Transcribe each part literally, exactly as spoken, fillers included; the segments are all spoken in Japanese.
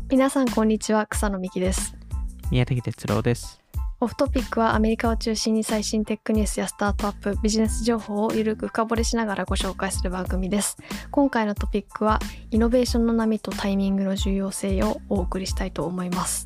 皆さんこんにちは、草野美希です。 宮崎哲郎です。 オフトピックはアメリカを中心に最新テックニュースやスタートアップ、ビジネス情報をゆるく深掘りしながらご紹介する番組です。今回のトピックはイノベーションの波とタイミングの重要性をお送りしたいと思います。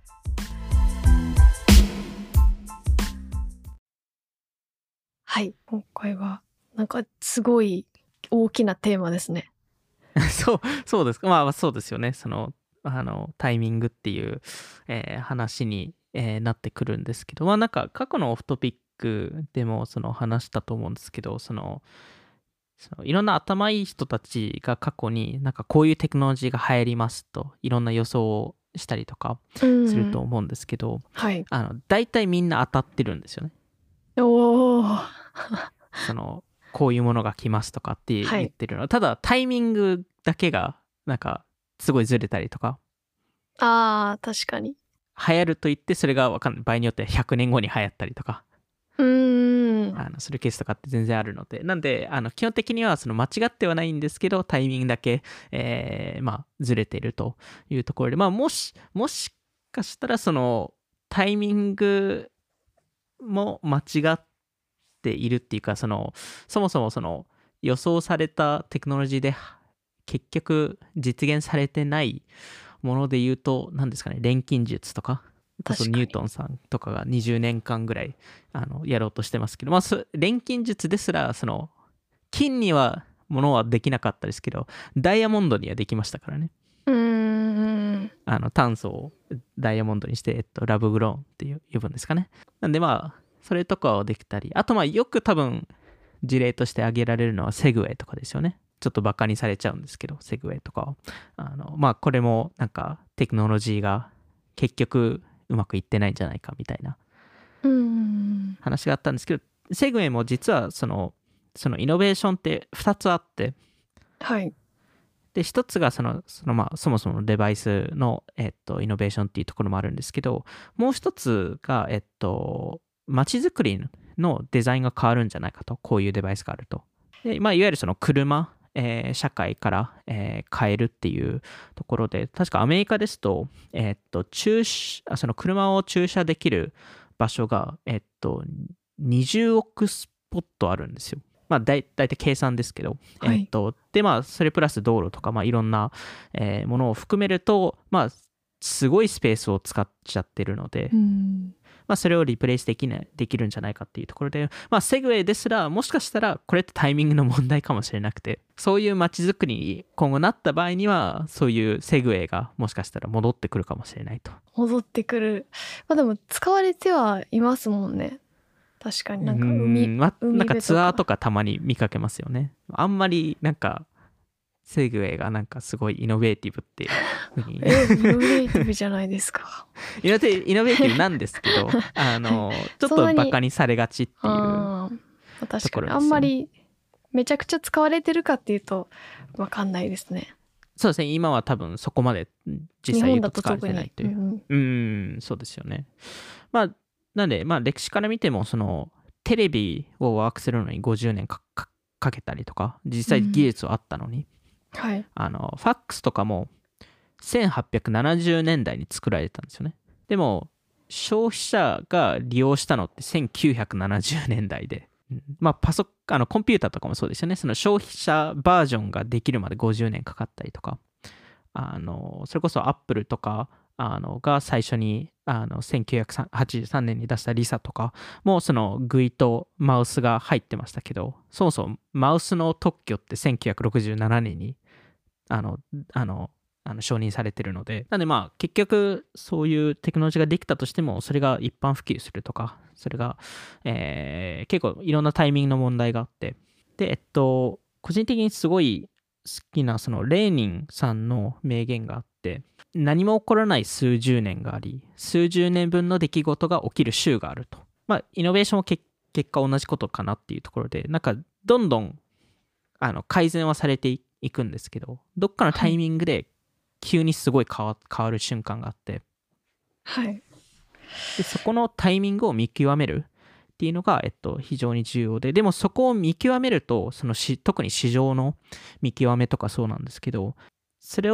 はい、今回はなんかすごい大きなテーマですね。 そう、そうですか。まあそうですよね。その、あの、タイミングっていう、えー話に、えーなってくるんですけど、まあなんか過去のオフトピックでもその話したと思うんですけど、その、そのいろんな頭いい人たちが過去になんかこういうテクノロジーが流行りますと、いろんな予想をしたりとかすると思うんですけど、 はい。 あの、大体みんな当たってるんですよね。 おー。 その、こういうものが来ますとかってはい言ってるのは、ただタイミングだけがなんかすごいずれたりとか、 あー、確かに。 流行ると言ってそれがわかんない場合によってはひゃくねんごに流行ったりとか、 うーん。 あのするケースとかって全然あるので、なんであの基本的にはその間違ってはないんですけど、タイミングだけ、えーまあずれてるというところで、まあもしもしかしたらそのタイミングも間違っているっていうか、そのそもそもその予想されたテクノロジーで結局実現されてないもので言うと、何ですかね、錬金術とか、こそ確かに。 ニュートンさんとかがにじゅうねんかんぐらいあのやろうとしてますけど、まあそ錬金術ですらその金にはものはできなかったですけど、ダイヤモンドにはできましたからね。 うーん。 あの炭素をダイヤモンドにして、えっと、ラブグローンっていう呼ぶんですかね。なんでまあそれとかをできたり、あとまあよく多分事例として挙げられるのはセグウェイとかですよね。ちょっとバカにされちゃうんですけど、セグウェイとかは。あの、まあこれもなんかテクノロジーが結局うまくいってないんじゃないかみたいなうーん。 話があったんですけど、セグウェイも実はその、そのイノベーションってふたつあって、 はい。 で、ひとつがその、そのまあそもそものデバイスの、えっと、イノベーションっていうところもあるんですけど、もうひとつが、えっと、街づくりのデザインが変わるんじゃないかと、こういうデバイスがあると。で、まあ、いわゆるその車、えー社会から、えー変えるっていうところで、確かアメリカですと、えーっと、駐車、あその車を駐車できる場所が、えーっと、にじゅうおくスポットあるんですよ。まあ、だいたい計算ですけど、 はい。 えーっと、で、まあ、それプラス道路とか、まあ、いろんな、えーものを含めると、まあ、すごいスペースを使っちゃってるので、 うん。 まあ、それをリプレイスできないできるんじゃないかっていうところで、まあ、セグウェイですらもしかしたらこれってタイミングの問題かもしれなくて、そういう街づくりに今後なった場合にはそういうセグウェイがもしかしたら戻ってくるかもしれないと。 戻ってくる。まあでも使われてはいますもんね。確かにうなんか海、 ん、まあ、なんか海辺とか。 ツアーとかたまに見かけますよね。あんまりなんかセグウェイがなんかすごいイノベーティブっていうふうにえ、イノベーティブじゃないですか。 イノベイノベーティブなんですけど、あのちょっそんなに、 とバカにされがちっていうああ、確かに。あところですよね。 んまりめちゃくちゃ使われてるかっていうとわかんないですね。 そうですね、今は多分そこまで実際言日本だうと使われと特に。 てないという。 うんうーん、そうですよね。まあ、なんで、まあ歴史から見ても、その、テレビをワークするのにごじゅうねんかかかけたりとか、実際技術はあったのに、 はい。 あの、ファックスとかもせんはっぴゃくななじゅうねんだいに作られたんですよね。でも、消費者が利用したのってせんきゅうひゃくななじゅうねんだいで、うんまあ、パソあのコンピューターとかもそうですよね。その消費者バージョンができるまでごじゅうねんかかったりとか、あのそれこそアップルとかあのが最初にあのせんきゅうひゃくはちじゅうさんねんに出したリサとかもそのグイとマウスが入ってましたけど、そもそもマウスの特許ってせんきゅうひゃくろくじゅうななねんにあのあのあの承認されてるので、なんでまあ結局そういうテクノロジーができたとしてもそれが一般普及するとか、それが、えー結構いろんなタイミングの問題があって、でえっと個人的にすごい好きなそのレーニンさんの名言があって、何も起こらない数十年があり、数十年分の出来事が起きる週があると。まあイノベーションも結結果同じことかなっていうところで、なんかどんどんあの改善はされていくんですけど、どっかのタイミングで急にすごい変わ変わる瞬間があって、 はい。 でそこのタイミングを見極めるっていうのが、えっと、非常に重要で、でもそこを見極めると、そのし特に市場の見極めとかそうなんですけど、それを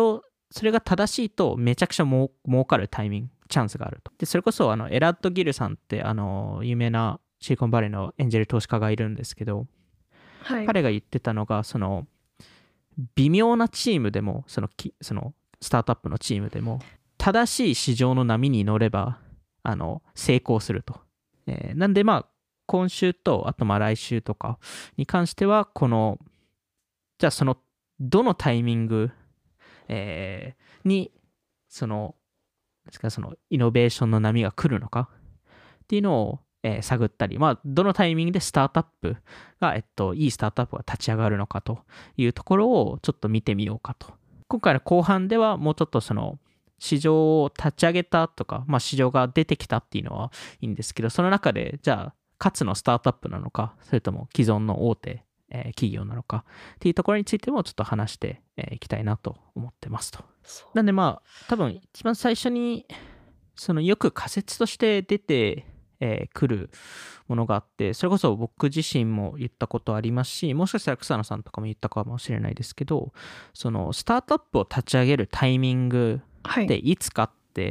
それが正しいとめちゃくちゃもう儲かるタイミングチャンスがあると。でそれこそあのエラッド・ギルさんってあの有名なシリコンバレーのエンジェル投資家がいるんですけど、 はい、 彼が言ってたのがその微妙なチームでもそのきそのスタートアップのチームでも正しい市場の波に乗ればあの成功すると、えーなんでまあ今週とあとまあ来週とかに関してはこのじゃあそのどのタイミング、えーにそのですかそのイノベーションの波が来るのかっていうのを、えー探ったり、まあ、どのタイミングでスタートアップが、えっと、いいスタートアップが立ち上がるのかというところをちょっと見てみようかと。今回の後半ではもうちょっとその市場を立ち上げたとか、まあ、市場が出てきたっていうのはいいんですけど、その中でじゃあ勝つのスタートアップなのか、それとも既存の大手、えー企業なのかっていうところについてもちょっと話してい、えーきたいなと思ってますと。 そうなんでまあ多分一番最初にそのよく仮説として出てえーくるものがあって、それこそ僕自身も言ったことありますし、もしかしたら草野さんとかも言ったかもしれないですけど、そのスタートアップを立ち上げるタイミングはいでいつかって、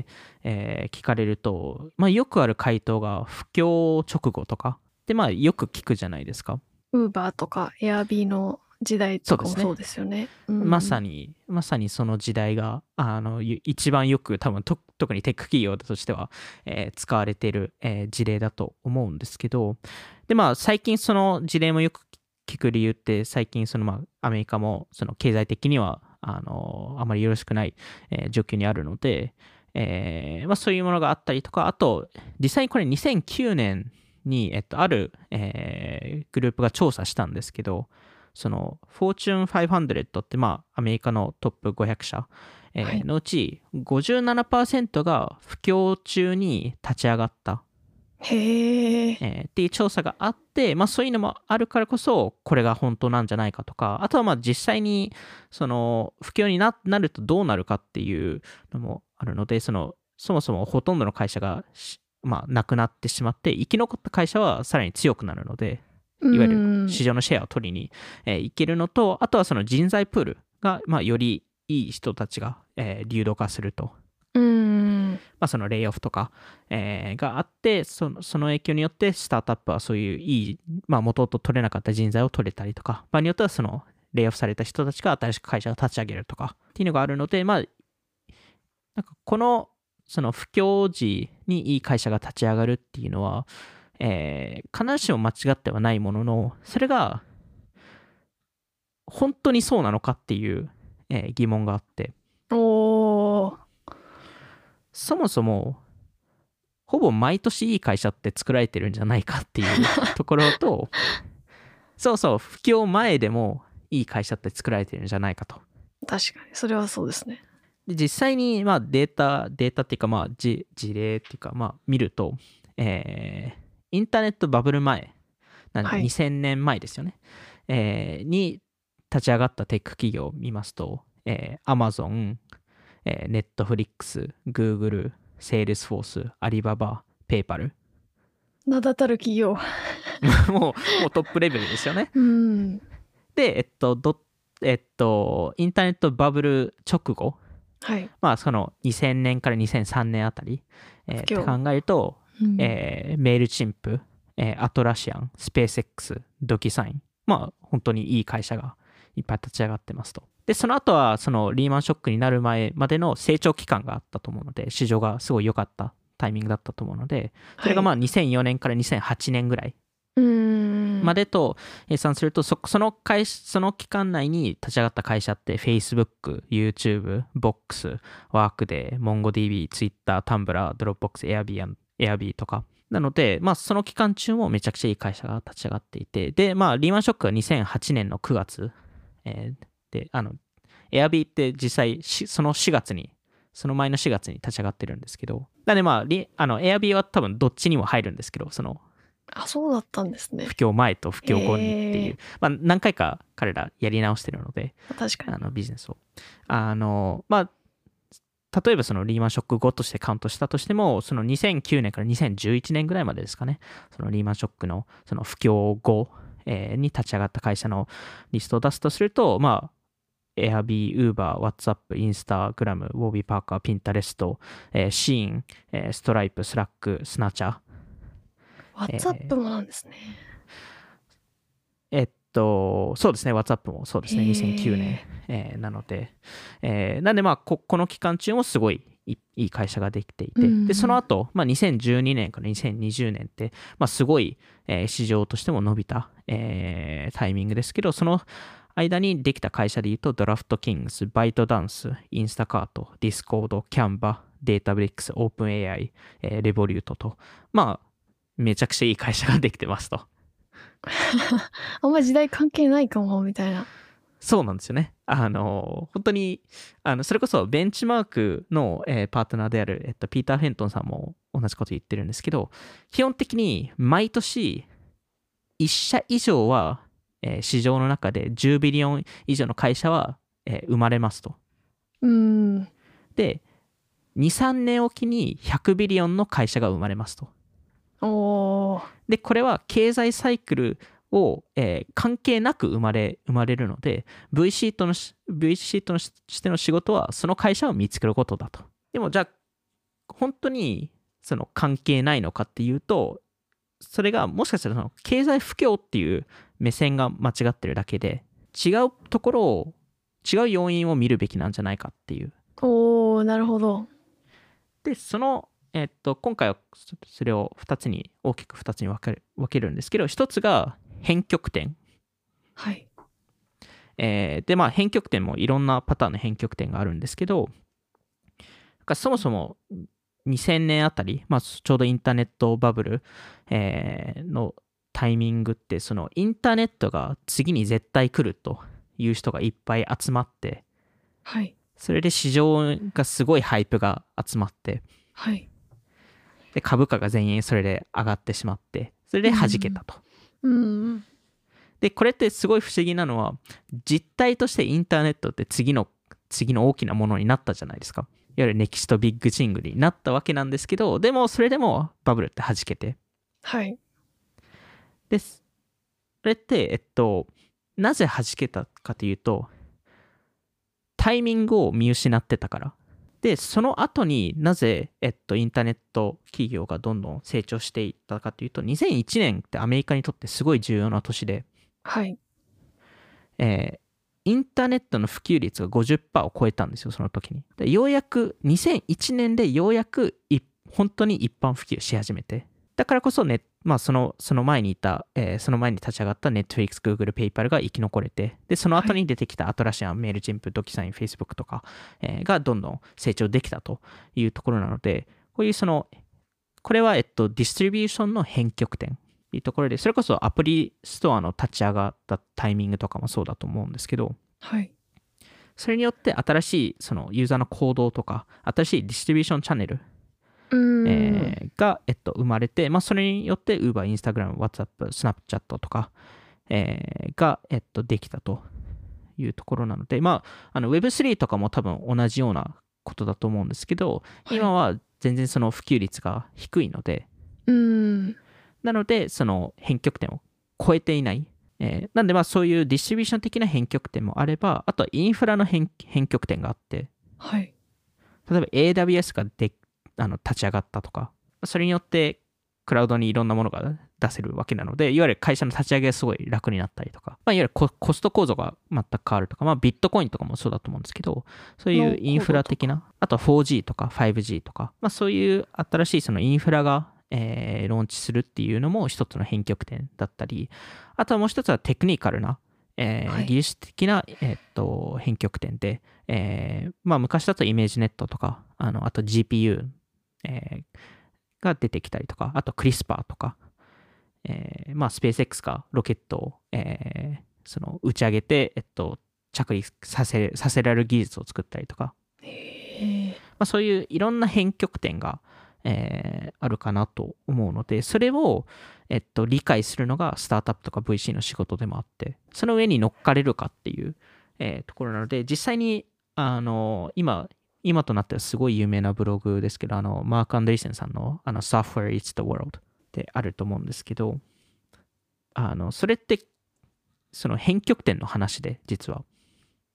えー聞かれると、まあ、よくある回答が不況直後とかで、まあよく聞くじゃないですか。 ウーバーとかエアビーの時代とかもそうですねそうですよね。うんまさに、まさにその時代が、あの、ゆ一番よく多分と、特にテック企業としては、えー使われている、えー事例だと思うんですけど、で、まあ、最近その事例もよく聞く理由って、最近その、まあ、アメリカも、その経済的には、あの、あまりよろしくない、えー状況にあるので、えーまあ、そういうものがあったりとか、あと、実際にこれにせんきゅうねんに、えっと、ある、えーグループが調査したんですけど、その、フォーチュンファイブハンドレッド って、まあ、アメリカのトップごひゃく社、えーはいのうちごじゅうななパーセントが不況中に立ち上がった、 へえ。 えーっていう調査があって、まあ、そういうのもあるからこそ、これが本当なんじゃないかとか、あとはまあ実際にその不況に な, なるとどうなるかっていうのもあるので、そのそもそもほとんどの会社がし、まあ、なくなってしまって、生き残った会社はさらに強くなるので、いわゆる市場のシェアを取りに、えーいけるのと、あとはその人材プールが、まあ、よりいい人たちが、えー流動化すると。 うん。 まあ、そのレイオフとか、えーがあってその、その影響によってスタートアップはそういういい、まあ、元々取れなかった人材を取れたりとか、場合によってはそのレイオフされた人たちが新しく会社を立ち上げるとかっていうのがあるので、まあ、なんかこのその不況時にいい会社が立ち上がるっていうのは、えー必ずしも間違ってはないものの、それが本当にそうなのかっていう、えー疑問があって、 おー。 そもそもほぼ毎年いい会社って作られてるんじゃないかっていうところと、そうそう、不況前でもいい会社って作られてるんじゃないかと。 確かにそれはそうですね。 で実際にまあデータ、データっていうかまあ事事例っていうかまあ見ると、えーインターネットバブル前、なんではいにせんねんまえですよね、えーに立ち上がったテック企業を見ますと、えー、Amazon、えー、Netflix、Google、Salesforce、Alibaba、PayPal 名だたる企業。 もうもうトップレベルですよね。 うん。 で、えっと、どえっと、インターネットバブル直後、 はい。 まあ、そのにせんねんからにせんさんねんあたり、えーって不況考えると、 うんえーメールチンプ、えーアトラシアン、スペース X、ドキサイン、まあ、本当にいい会社がいっぱい立ち上がってますと。で、その後は、そのリーマンショックになる前までの成長期間があったと思うので、市場がすごい良かったタイミングだったと思うので、それがまあにせんよねんからにせんはちねんぐらいうんまでと計算すると、そその会その期間内に立ち上がった会社って Facebook、YouTube、Box、Workday、MongoDB、Twitter、Tumblr、Dropbox、Airbnb、Airbnb とか。なので、まあその期間中もめちゃくちゃいい会社が立ち上がっていて、で、まあリーマンショックはにせんはちねんのくがつ、えーで、あの、Airbnb って実際しそのしがつに、その前のしがつに立ち上がってるんですけど、なんでまあ、リあの Airbnb は多分どっちにも入るんですけど、そのあ、そうだったんですね不。況前と不況後にっていう、 へーまあ、何回か彼らやり直してるので、 確かに。 あのビジネスを。あの、まあ、例えばそのリーマンショック後としてカウントしたとしても、そのにせんきゅうねんからにせんじゅういちねんぐらいまでですかね、そのリーマンショックのその不況後、えーに立ち上がった会社のリストを出すとすると、まあ、 Airb、Uber、WhatsApp、Instagram、Warby Parker、Pinterest、えー、Shein、えー、Stripe、Slack、Snatcher。 WhatsApp もなんですね。 えっと、そうですね、WhatsApp もそうですね、 へーにせんきゅうねん、えーなので、えーなんでまあこ、この期間中もすごいいいいい会社ができていて、 うんで、その後、まあ、にせんじゅうにねんからにせんにじゅうねんって、まあ、すごい、えー市場としても伸びた、えータイミングですけど、その間にできた会社で言うと、ドラフトキングス、バイトダンス、インスタカート、ディスコード、キャンバ、データブリックス、オープン エーアイ、えーレボリュートと、まあ、めちゃくちゃいい会社ができてますと。 あんま時代関係ないかもみたいな。 そうなんですよね。あの、本当に、あの、それこそベンチマークの、えーパートナーである、えっと、ピーター・フェントンさんも同じこと言ってるんですけど、基本的に毎年いっ社以上は、えー市場の中でじゅうビリオン以上の会社は、えー生まれますと。 うんで、に、さんねんおきにひゃくビリオンの会社が生まれますと。 おーで、これは経済サイクルを、えー関係なく生まれ生まれるので、ブイシー とのし ブイシー とのししての仕事はその会社を見つけることだと。でもじゃあ本当にその関係ないのかっていうと、それがもしかしたらその経済不況っていう目線が間違ってるだけで、違うところを違う要因を見るべきなんじゃないかっていう。 おーなるほど。 で、その、えっと、今回はそれをふたつに、大きくふたつに分ける分けるんですけど、ひとつが変極点。 はい。 えーで、まあ、変極点もいろんなパターンの変極点があるんですけど、なんかそもそもにせんねんあたり、まあ、ちょうどインターネットバブル、えーのタイミングって、そのインターネットが次に絶対来るという人がいっぱい集まって、 はい。 それで市場がすごいハイプが集まって、 はい。 で株価が全員それで上がってしまって、それで弾けたと。 うんで、これってすごい不思議なのは、実態としてインターネットって次の、次の大きなものになったじゃないですか。いわゆるネキストビッグシングルになったわけなんですけど、でもそれでもバブルって弾けて。 はい。 です。それって、えっと、なぜ弾けたかというと、タイミングを見失ってたから。で、その後になぜ、えっと、インターネット企業がどんどん成長していったかというと、にせんいちねんってアメリカにとってすごい重要な年で、 はい。 えーインターネットの普及率が ごじゅっパーセント を超えたんですよ、その時に。でようやく、にせんいちねんでようやくい本当に一般普及し始めて。だからこそね、まあその、その前にいた、えーその前に立ち上がった Netflix、Google、PayPal が生き残れて、で、その後に出てきたアトラシアン、メールチンプ、ドキサイン、Facebook とか、えーがどんどん成長できたというところなので、こういうその、これは、えっと、ディストリビューションの変極点。というところで、それこそアプリストアの立ち上がったタイミングとかもそうだと思うんですけど、 はい。 それによって新しいそのユーザーの行動とか、新しいディストリビューションチャンネル、 うんえーが、えっと、生まれて、まあ、それによって Uber、Instagram、WhatsApp、Snapchat とか、えーが、えっと、できたというところなので、まあ、あの ウェブスリー とかも多分同じようなことだと思うんですけど、 はい今は全然その普及率が低いので、 うんなので、その変極点を超えていない。えーなんで、まあそういうディストリビューション的な変極点もあれば、あとはインフラの変変極点があって、 はい。 例えば エーダブリューエス がであの立ち上がったとか、それによってクラウドにいろんなものが出せるわけなので、いわゆる会社の立ち上げがすごい楽になったりとか、まあ、いわゆるココスト構造が全く変わるとか、まあ、ビットコインとかもそうだと思うんですけど、そういうインフラ的な、あとは フォージー とか ファイブジー とか、まあ、そういう新しいそのインフラが、えーローンチするっていうのも一つの変極点だったり、あとはもう一つはテクニカルな、えーはい技術的な、えーっと変極点で、えーまあ、昔だとイメージネットとか、あのあと ジーピーユー、えーが出てきたりとか、あとクリスパーとか、えーまあ、スペース X がロケットを、えーその打ち上げて、えっと、着陸させさせられる技術を作ったりとか、 へえ。 まあ、そういういろんな変極点が、えーあるかなと思うので、それを、えっと、理解するのがスタートアップとか ブイシー の仕事でもあって、その上に乗っかれるかっていう、えーところなので、実際に、あの、今、今となってはすごい有名なブログですけど、あの、マーク・アンドリーセンさんの、あの、Software is the World ってあると思うんですけど、あの、それって、その変極点の話で、実は。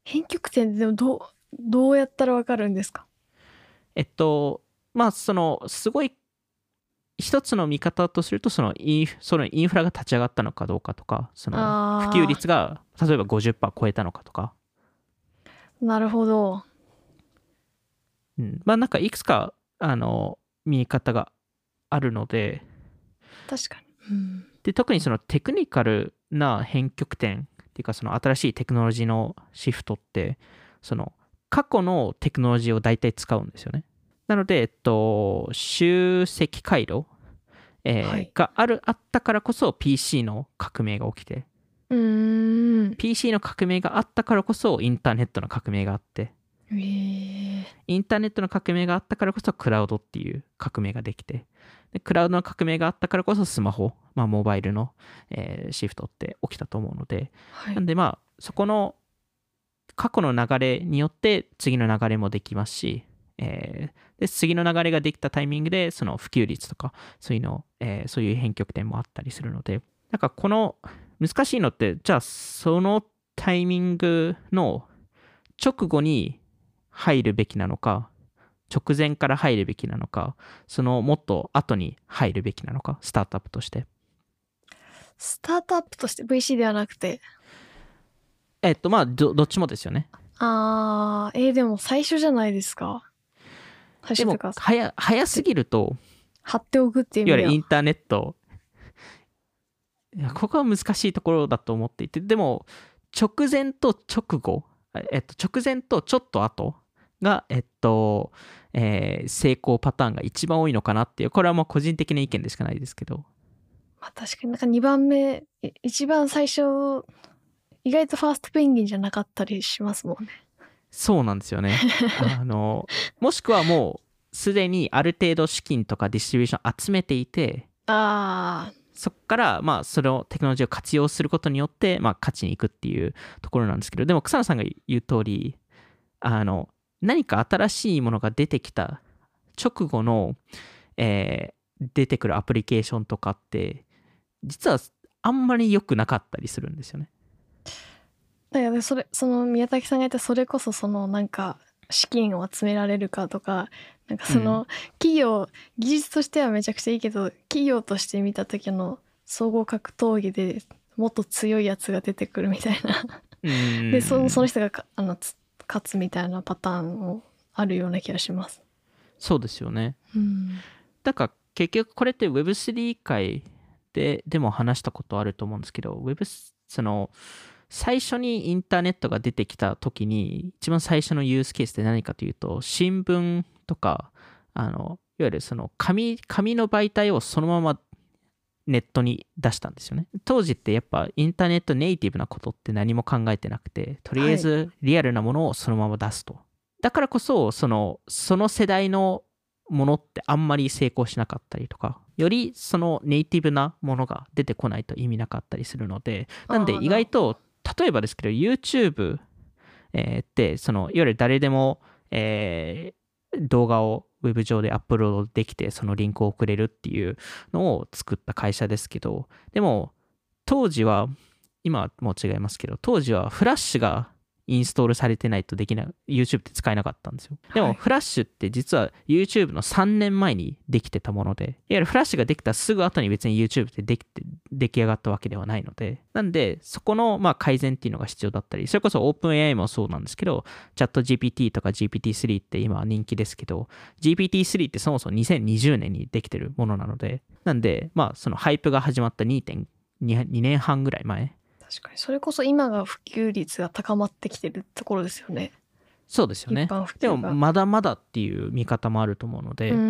編曲点ってでもどうどうやったらわかるんですか？ えっとまあそのすごい一つの見方とするとそのインそのインフラが立ち上がったのかどうかとか、その普及率が例えば ごじゅっパーセント 超えたのかとか。 なるほど。 うん、まあなんかいくつかあの見方があるので、 確かに、うん、 で特にそのテクニカルな編曲点っていうか、その新しいテクノロジーのシフトってその過去のテクノロジーを大体使うんですよね。なので、えっと、集積回路、えーはい、があるあったからこそ ピーシー の革命が起きて、 うーんピーシー の革命があったからこそインターネットの革命があって、 えー、 インターネットの革命があったからこそクラウドっていう革命ができて、でクラウドの革命があったからこそスマホ、まあ、モバイルの、えー、シフトって起きたと思うので、はい、なんでまあそこの過去の流れによって次の流れもできますし、えー、で次の流れができたタイミングでその普及率とかそういうの、えー、そういう編曲点もあったりするので、なんかこの難しいのって、じゃあそのタイミングの直後に入るべきなのか、直前から入るべきなのか、そのもっと後に入るべきなのか、スタートアップとして。 スタートアップとして ブイシー ではなくて、 えっとまあ ど, どっちもですよね。 あー、えー、でも最初じゃないですか。 でも早早すぎると貼っておくっていう意味では、 いわゆるインターネット、いやここは難しいところだと思っていて、でも直前と直後、えっと、直前とちょっと後が、えっとえー、成功パターンが一番多いのかなっていう、これはもう個人的な意見でしかないですけど、 まあ、確かになんかにばんめ、一番最初意外とファーストペンギンじゃなかったりしますもんね。 そうなんですよね。あのもしくはもうすでにある程度資金とかディストリビューション集めていて、 あそこからまあそのテクノロジーを活用することによってまあ勝ちに行くっていうところなんですけど、でも草野さんが言う通り、あの何か新しいものが出てきた直後の、えー、出てくるアプリケーションとかって実はあんまり良くなかったりするんですよね。 だからそれその宮崎さんが言ったそれこそそのなんか資金を集められるかとか、なんかその企業、うん、技術としてはめちゃくちゃいいけど企業として見た時の総合格闘技でもっと強いやつが出てくるみたいなで そ, その人があの勝つみたいなパターンもあるような気がします。 そうですよね、 うん、 だから結局これって ウェブスリー 界ででも話したことあると思うんですけど、 Web その最初にインターネットが出てきた時に一番最初のユースケースって何かというと、新聞とかあのいわゆるその 紙, 紙の媒体をそのままネットに出したんですよね。当時ってやっぱインターネットネイティブなことって何も考えてなくて、とりあえずリアルなものをそのまま出すと、はい、だからこそそのその世代のものってあんまり成功しなかったりとか、よりそのネイティブなものが出てこないと意味なかったりするので、なんで意外と例えばですけど YouTube、えー、ってそのいわゆる誰でも、えー、動画をウェブ上でアップロードできてそのリンクを送れるっていうのを作った会社ですけど、でも当時は今はもう違いますけど、当時はフラッシュがインストールされてないとできない YouTube って使えなかったんですよ。でもフラッシュって実は YouTube のさんねんまえにできてたもので、いわゆるフラッシュができたすぐ後に別に YouTube ってできて出来上がったわけではないので、なんでそこのまあ改善っていうのが必要だったり、それこそ OpenAI もそうなんですけど、チャット ジーピーティー とか ジーピーティースリー って今人気ですけど、 ジーピーティースリー ってそもそもにせんにじゅうねんにできてるものなので、なんでまあそのハイプが始まった にてんにねんはんぐらい前、 確かにそれこそ今が普及率が高まってきてるところですよね。 そうですよね。でもまだまだっていう見方もあると思うので、 うん、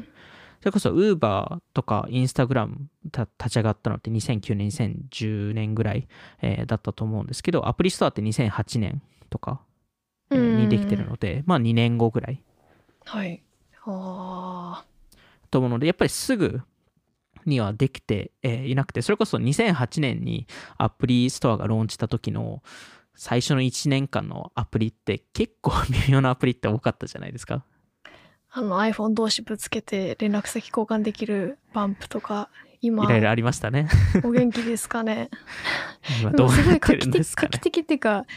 それこそ Uber とか Instagram 立ち上がったのってにせんきゅうねんにせんじゅうねんぐらい、えー、だったと思うんですけど、アプリストアってにせんはちねんとか、えー、にできてるので、まあにねんごぐらい、 はい、あと思うので、やっぱりすぐにはできていなくて、それこそにせんはちねんにアプリストアがローンチした時の最初のいちねんかんのアプリって結構微妙なアプリって多かったじゃないですか。 あの iPhone 同士ぶつけて連絡先交換できるバンプとか今いろいろありましたね。 お元気ですかね。 今どうなってるんですかね。 画期的っていうか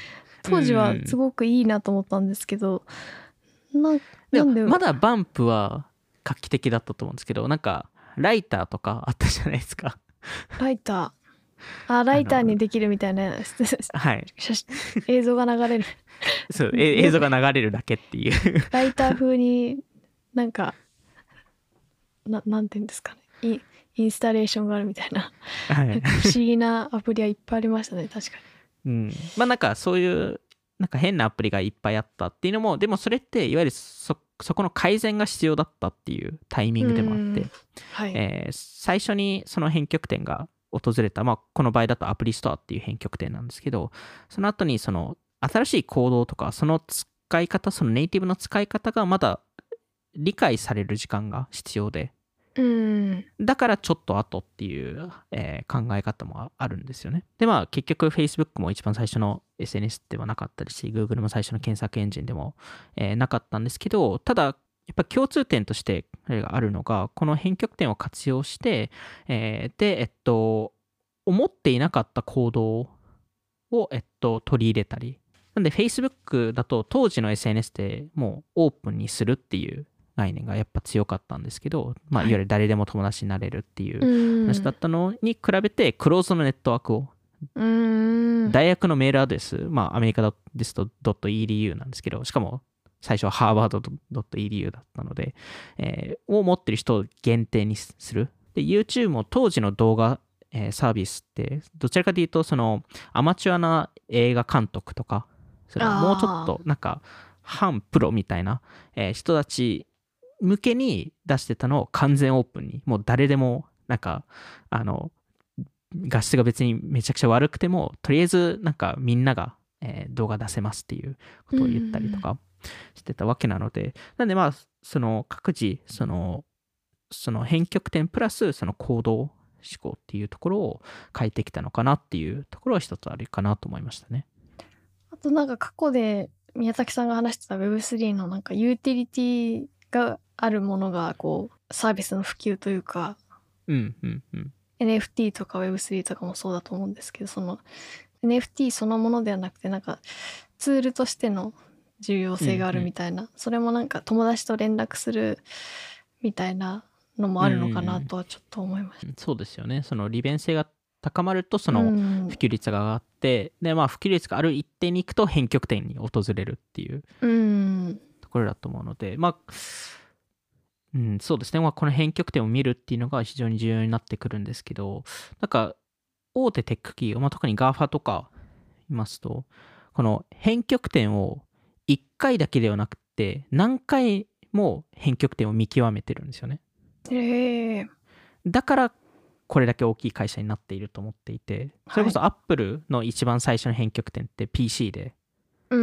当時はすごくいいなと思ったんですけど、うん、な, なんでまだバンプは画期的だったと思うんですけど、なんかライターとかあったじゃないですか。 ライターあライターにできるみたいなはい映像が流れるそう映像が流れるだけっていうライター風になんか な, なんていうんですかね、イン、インスタレーションがあるみたいな、はい、不思議なアプリはいっぱいありましたね、確かに。うん、まあなんかそういうなんか変なアプリがいっぱいあったっていうのも、でもそれっていわゆる そ, そこの改善が必要だったっていうタイミングでもあって、はいえー、最初にその編曲点が訪れた、まあ、この場合だとアプリストアっていう編曲点なんですけど、その後にその新しいコードとかその使い方、そのネイティブの使い方がまだ理解される時間が必要で、 うんだからちょっと後っていう、えー、考え方もあるんですよね。でまあ結局 Facebook も一番最初の エスエヌエス ではなかったし、 Google も最初の検索エンジンでも、えー、なかったんですけど、ただやっぱ共通点としてあるのが、この編曲点を活用して、えー、でえっと思っていなかった行動を、えっと、取り入れたり、なんで Facebook だと当時の エスエヌエス でもうオープンにするっていう概念がやっぱ強かったんですけど、まあ、いわゆる誰でも友達になれるっていう話だったのに比べて、クローズのネットワークを、大学のメールアドレス、まあアメリカですと .edu なんですけど、しかも最初はハーバード .edu だったので、えー、を持ってる人を限定にする。で YouTube も当時の動画、えー、サービスってどちらかというとそのアマチュアな映画監督とか、そのもうちょっとなんか反プロみたいな、えー、人たち向けに出してたのを完全オープンに、もう誰でもなんかあの画質が別にめちゃくちゃ悪くてもとりあえずなんかみんなが、えー、動画出せますっていうことを言ったりとかしてたわけなので、なんでまあその各自そのその編曲点プラスその行動思考っていうところを変えてきたのかなっていうところは一つあるかなと思いましたね。 あとなんか過去で宮崎さんが話してた ウェブスリー のなんかユーティリティがあるものがこうサービスの普及というか、 うんうんうん、 エヌエフティー とか ウェブスリー とかもそうだと思うんですけど、その エヌエフティー そのものではなくてなんかツールとしての重要性があるみたいな、うんうん、それもなんか友達と連絡するみたいなのもあるのかなとはちょっと思いました。 うんうん、そうですよね。その利便性が高まるとその普及率が上がって、うん、でまあ普及率がある一定に行くと編曲点に訪れるっていうところだと思うので、うん、まあ、うん、そうですね。まあ、この編曲点を見るっていうのが非常に重要になってくるんですけど、なんか大手テック企業、まあ、特に ガーファ とかいますと、この編曲点をいっかいだけではなくて何回も編曲点を見極めてるんですよね。 へー。 だからこれだけ大きい会社になっていると思っていて、それこそアップルの一番最初の編曲点って ピーシー で、 うん、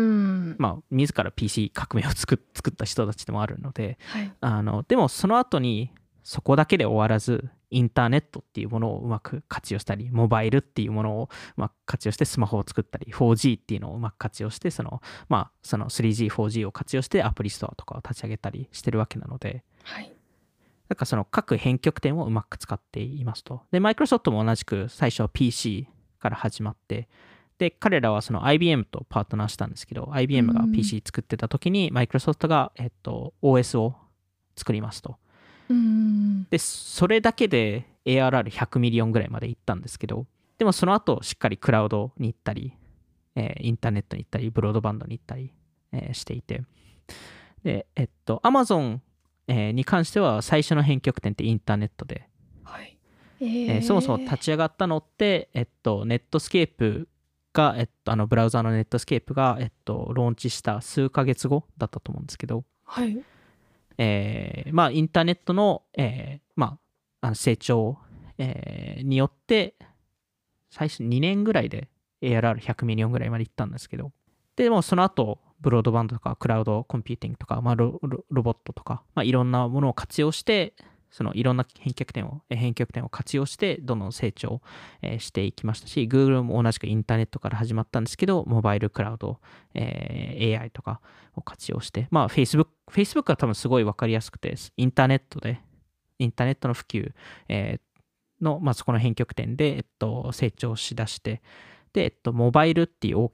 まあ自ら ピーシー 革命を作った人たちでもあるので、 はい、 あのでもその後にそこだけで終わらず、インターネットっていうものをうまく活用したり、モバイルっていうものをうまく活用してスマホを作ったり、フォージー っていうのをうまく活用して、そのまあその スリージー、フォージー を活用してアプリストアとかを立ち上げたりしてるわけなので、 はい、 だからその各編曲点をうまく使っていますと。で、マイクロソフトも同じく最初は ピーシー から始まって、で、彼らはその アイビーエム とパートナーしたんですけど、アイビーエム が ピーシー 作ってた時に、マイクロソフトが、えっと、オーエス を作りますと。 うんで、それだけで エーアールアールひゃく ミリオンぐらいまでいったんですけど、でもその後しっかりクラウドに行ったり、えー、インターネットに行ったり、ブロードバンドに行ったり、えー、していて、で、えっと、Amazon、えー、に関しては最初の編曲点ってインターネットで、 はいえーえー、そもそも立ち上がったのって、えっと、ネットスケープが、えっと、あのブラウザーのネットスケープが、えっと、ローンチした数ヶ月後だったと思うんですけど、 はいえー、まあインターネットの、えー、まあ、あの成長、えー、によって最初にねんぐらいで エーアールアールひゃく ミリオンぐらいまでいったんですけど、でもその後ブロードバンドとかクラウドコンピューティングとか、まあ、ロ, ロ, ロボットとか、まあ、いろんなものを活用してそのいろんな編曲点を編曲点を活用してどんどん成長していきましたし、 Google も同じくインターネットから始まったんですけど、モバイルクラウド、えー、エーアイ とかを活用して、まあ Facebook Facebook は多分すごい分かりやすくて、インターネットでインターネットの普及、えー、の、まあ、そこの編曲点で、えっと、成長しだして、で、えっと、モバイルっていう大きな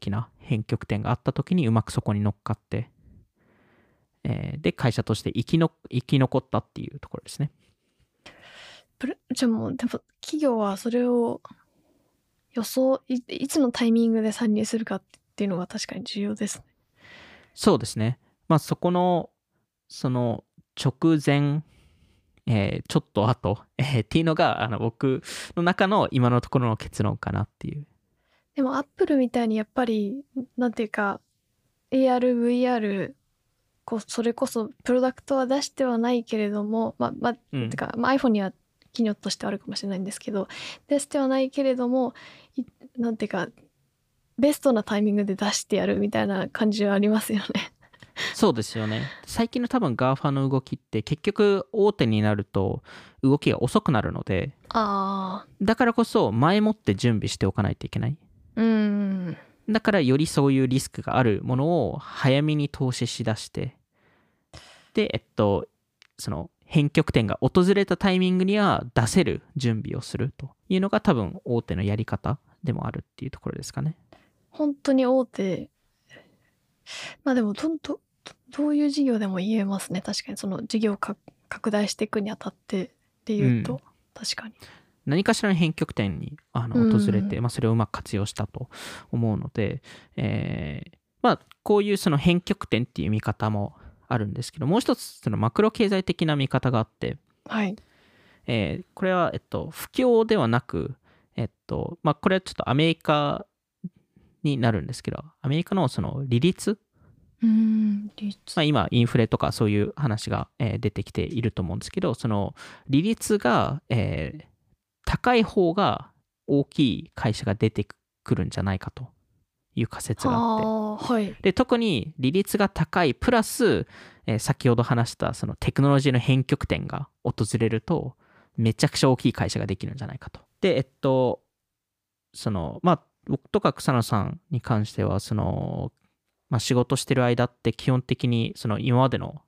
変局点があった時にうまくそこに乗っかって、えーで会社として生きの生き残ったっていうところですね。 じゃあもうでも企業はそれを予想 い, いつのタイミングで参入するかっていうのが確かに重要ですね。 そうですね。まあそこのその直前、えーちょっと後、えーっていうのがあの僕の中の今のところの結論かなっていう。 でもアップルみたいにやっぱりなんていうか エーアール、ブイアール こそれこそプロダクトは出してはないけれども、まあまあ、 うんてか、まあ、iPhone には機能としてあるかもしれないんですけど、出してはないけれども、いなんていうかベストなタイミングで出してやるみたいな感じはありますよね。 そうですよね。最近の多分 ガーファ の動きって結局大手になると動きが遅くなるので、 ああ、 だからこそ前もって準備しておかないといけない。 うーん。 だからよりそういうリスクがあるものを早めに投資しだして、で、えっと、その変局点が訪れたタイミングには出せる準備をするというのが多分大手のやり方でもあるっていうところですかね。 本当に大手、まあでもどどどういう事業でも言えますね。確かにその事業をか拡大していくにあたってっていうと、 うん確かに。 何かしらの変局点にあのうん訪れて、まあ、それをうまく活用したと思うので、えーまあ、こういうその変局点っていう見方もあるんですけど、もう一つそのマクロ経済的な見方があって、 はい。 えーこれは、えっと、不況ではなく、えっとまあ、これはちょっとアメリカになるんですけど、アメリカのその利率、 うーん、利率。 まあ、今インフレとかそういう話が、えー出てきていると思うんですけど、その利率が、えー高い方が大きい会社が出てくるんじゃないかという仮説があって、 はあ、はい。 で特に利率が高いプラス、えー先ほど話したそのテクノロジーの変局点が訪れるとめちゃくちゃ大きい会社ができるんじゃないかと。でえっとそのまあ僕とか草野さんに関してはその、まあ、仕事してる間って基本的にその今までの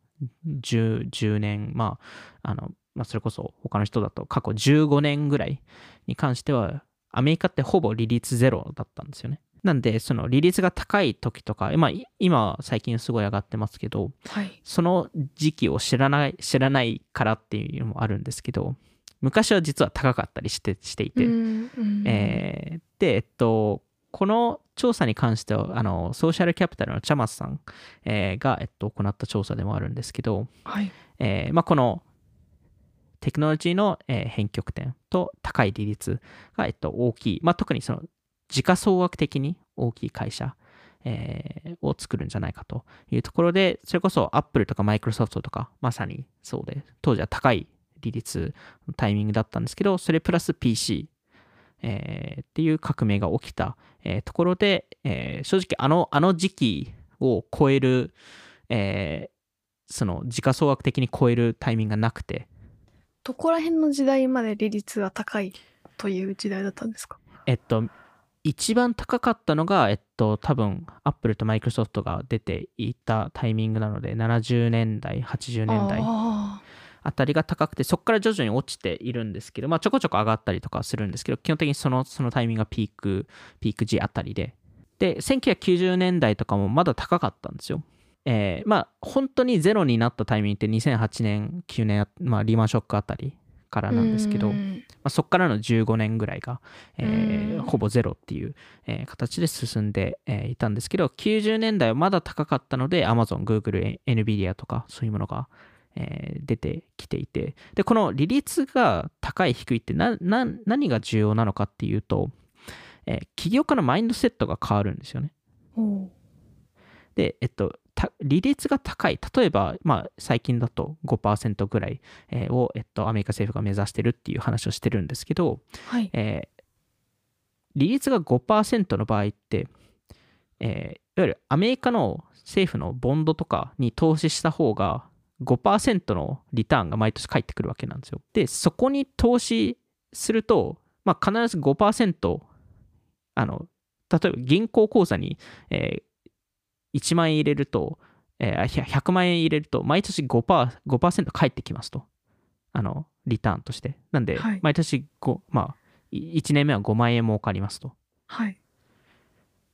10, 10年まああのまあ、それこそ他の人だと過去じゅうごねんぐらいに関してはアメリカってほぼ利率ゼロだったんですよね。なんでその利率が高い時とか、まあ、今最近すごい上がってますけど、 はい。 その時期を知らない知らないからっていうのもあるんですけど、昔は実は高かったりしてしていて、 うんうん、 えーでえっとこの調査に関してはあのソーシャルキャピタルのチャマスさん、えーが、えっと、行った調査でもあるんですけど、 はい。 えーまあ、このテクノロジーの、えー変局点と高い利率が、えっと、大きい、まあ、特にその時価総額的に大きい会社、えーを作るんじゃないかというところで、それこそアップルとかマイクロソフトとかまさにそうで、当時は高い利率のタイミングだったんですけど、それプラス ピーシー、えーっていう革命が起きた、えーところで、えー正直あのあの時期を超える、えーその時価総額的に超えるタイミングがなくて、 どこら辺の時代まで利率が高いという時代だったんですか？ えっと、一番高かったのが、えっと、多分、アップルとマイクロソフトが出ていたタイミングなので、ななじゅうねんだい、はちじゅうねんだいああたりが高くて、そこから徐々に落ちているんですけど、まあ、ちょこちょこ上がったりとかするんですけど、基本的にそのそのタイミングがピーク、ピーク時あたりで。で、せんきゅうひゃくきゅうじゅうねんだいとかもまだ高かったんですよ。えーまあ、本当にゼロになったタイミングってにせんはちねん、きゅうねん、まあ、リーマンショックあたりからあ、 なんですけど、まうんあ、そこからのじゅうごねんぐらいが、えーうんほぼゼロっていう、えー形で進んで、えーいたんですけど、きゅうじゅうねんだいはまだ高かったので、Amazon、Google、Nvidia とかそういうものが、えー出てきていて、で、この利率が高い低いってなな何が重要なのかっていうと、えー起業家のマインドセットが変わるんですよね。 おうで、えっと、た利率が高い、例えば、まあ、最近だとごパーセントぐらいえーを、えっと、アメリカ政府が目指してるっていう話をしてるんですけど、 はい。 えー利率が ごパーセント の場合って、えーいわゆるアメリカの政府のボンドとかに投資した方が ごパーセント のリターンが毎年返ってくるわけなんですよ。で、そこに投資すると、まあ、必ず ごパーセント、あの、例えば銀行口座に、えーいちまん円入れると、えーひゃくまん円入れると、毎年 ごパーセント、ごパーセント返ってきますと。あの、リターンとして。なんで、 はい毎年ご、まあ、いいちねんめはごまん円儲かりますと。 はい。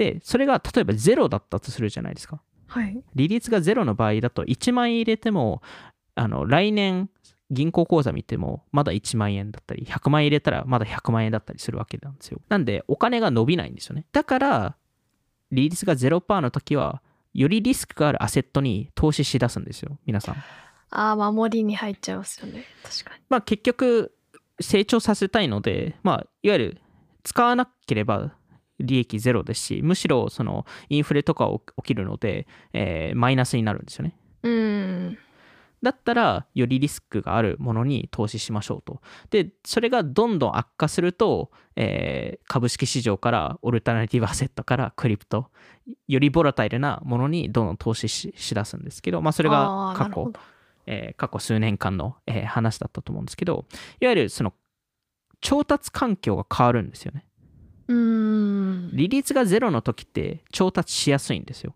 でそれが例えばゼロだったとするじゃないですか。 はい。 利率がゼロの場合だといちまん円入れてもあの来年銀行口座見てもまだいちまん円だったりひゃくまん円入れたらまだひゃくまん円だったりするわけなんですよ。なんでお金が伸びないんですよね。だから利率が ゼロパーセント の時はよりリスクがあるアセットに投資しだすんですよ皆さん。 ああ、守りに入っちゃいますよね。確かに。 まあ結局成長させたいので、まあいわゆる使わなければ利益ゼロですし、むしろそのインフレとか起きるので、えーマイナスになるんですよね。 うーん。 だったらよりリスクがあるものに投資しましょうと。でそれがどんどん悪化すると、えー株式市場からオルタナティブアセットからクリプト、よりボラタイルなものにどんどん投資 し, しだすんですけど、まあ、それが過去、 あーなるほど。 えー過去数年間の、えー話だったと思うんですけど、いわゆるその調達環境が変わるんですよね。 うーん。 利率がゼロの時って調達しやすいんですよ。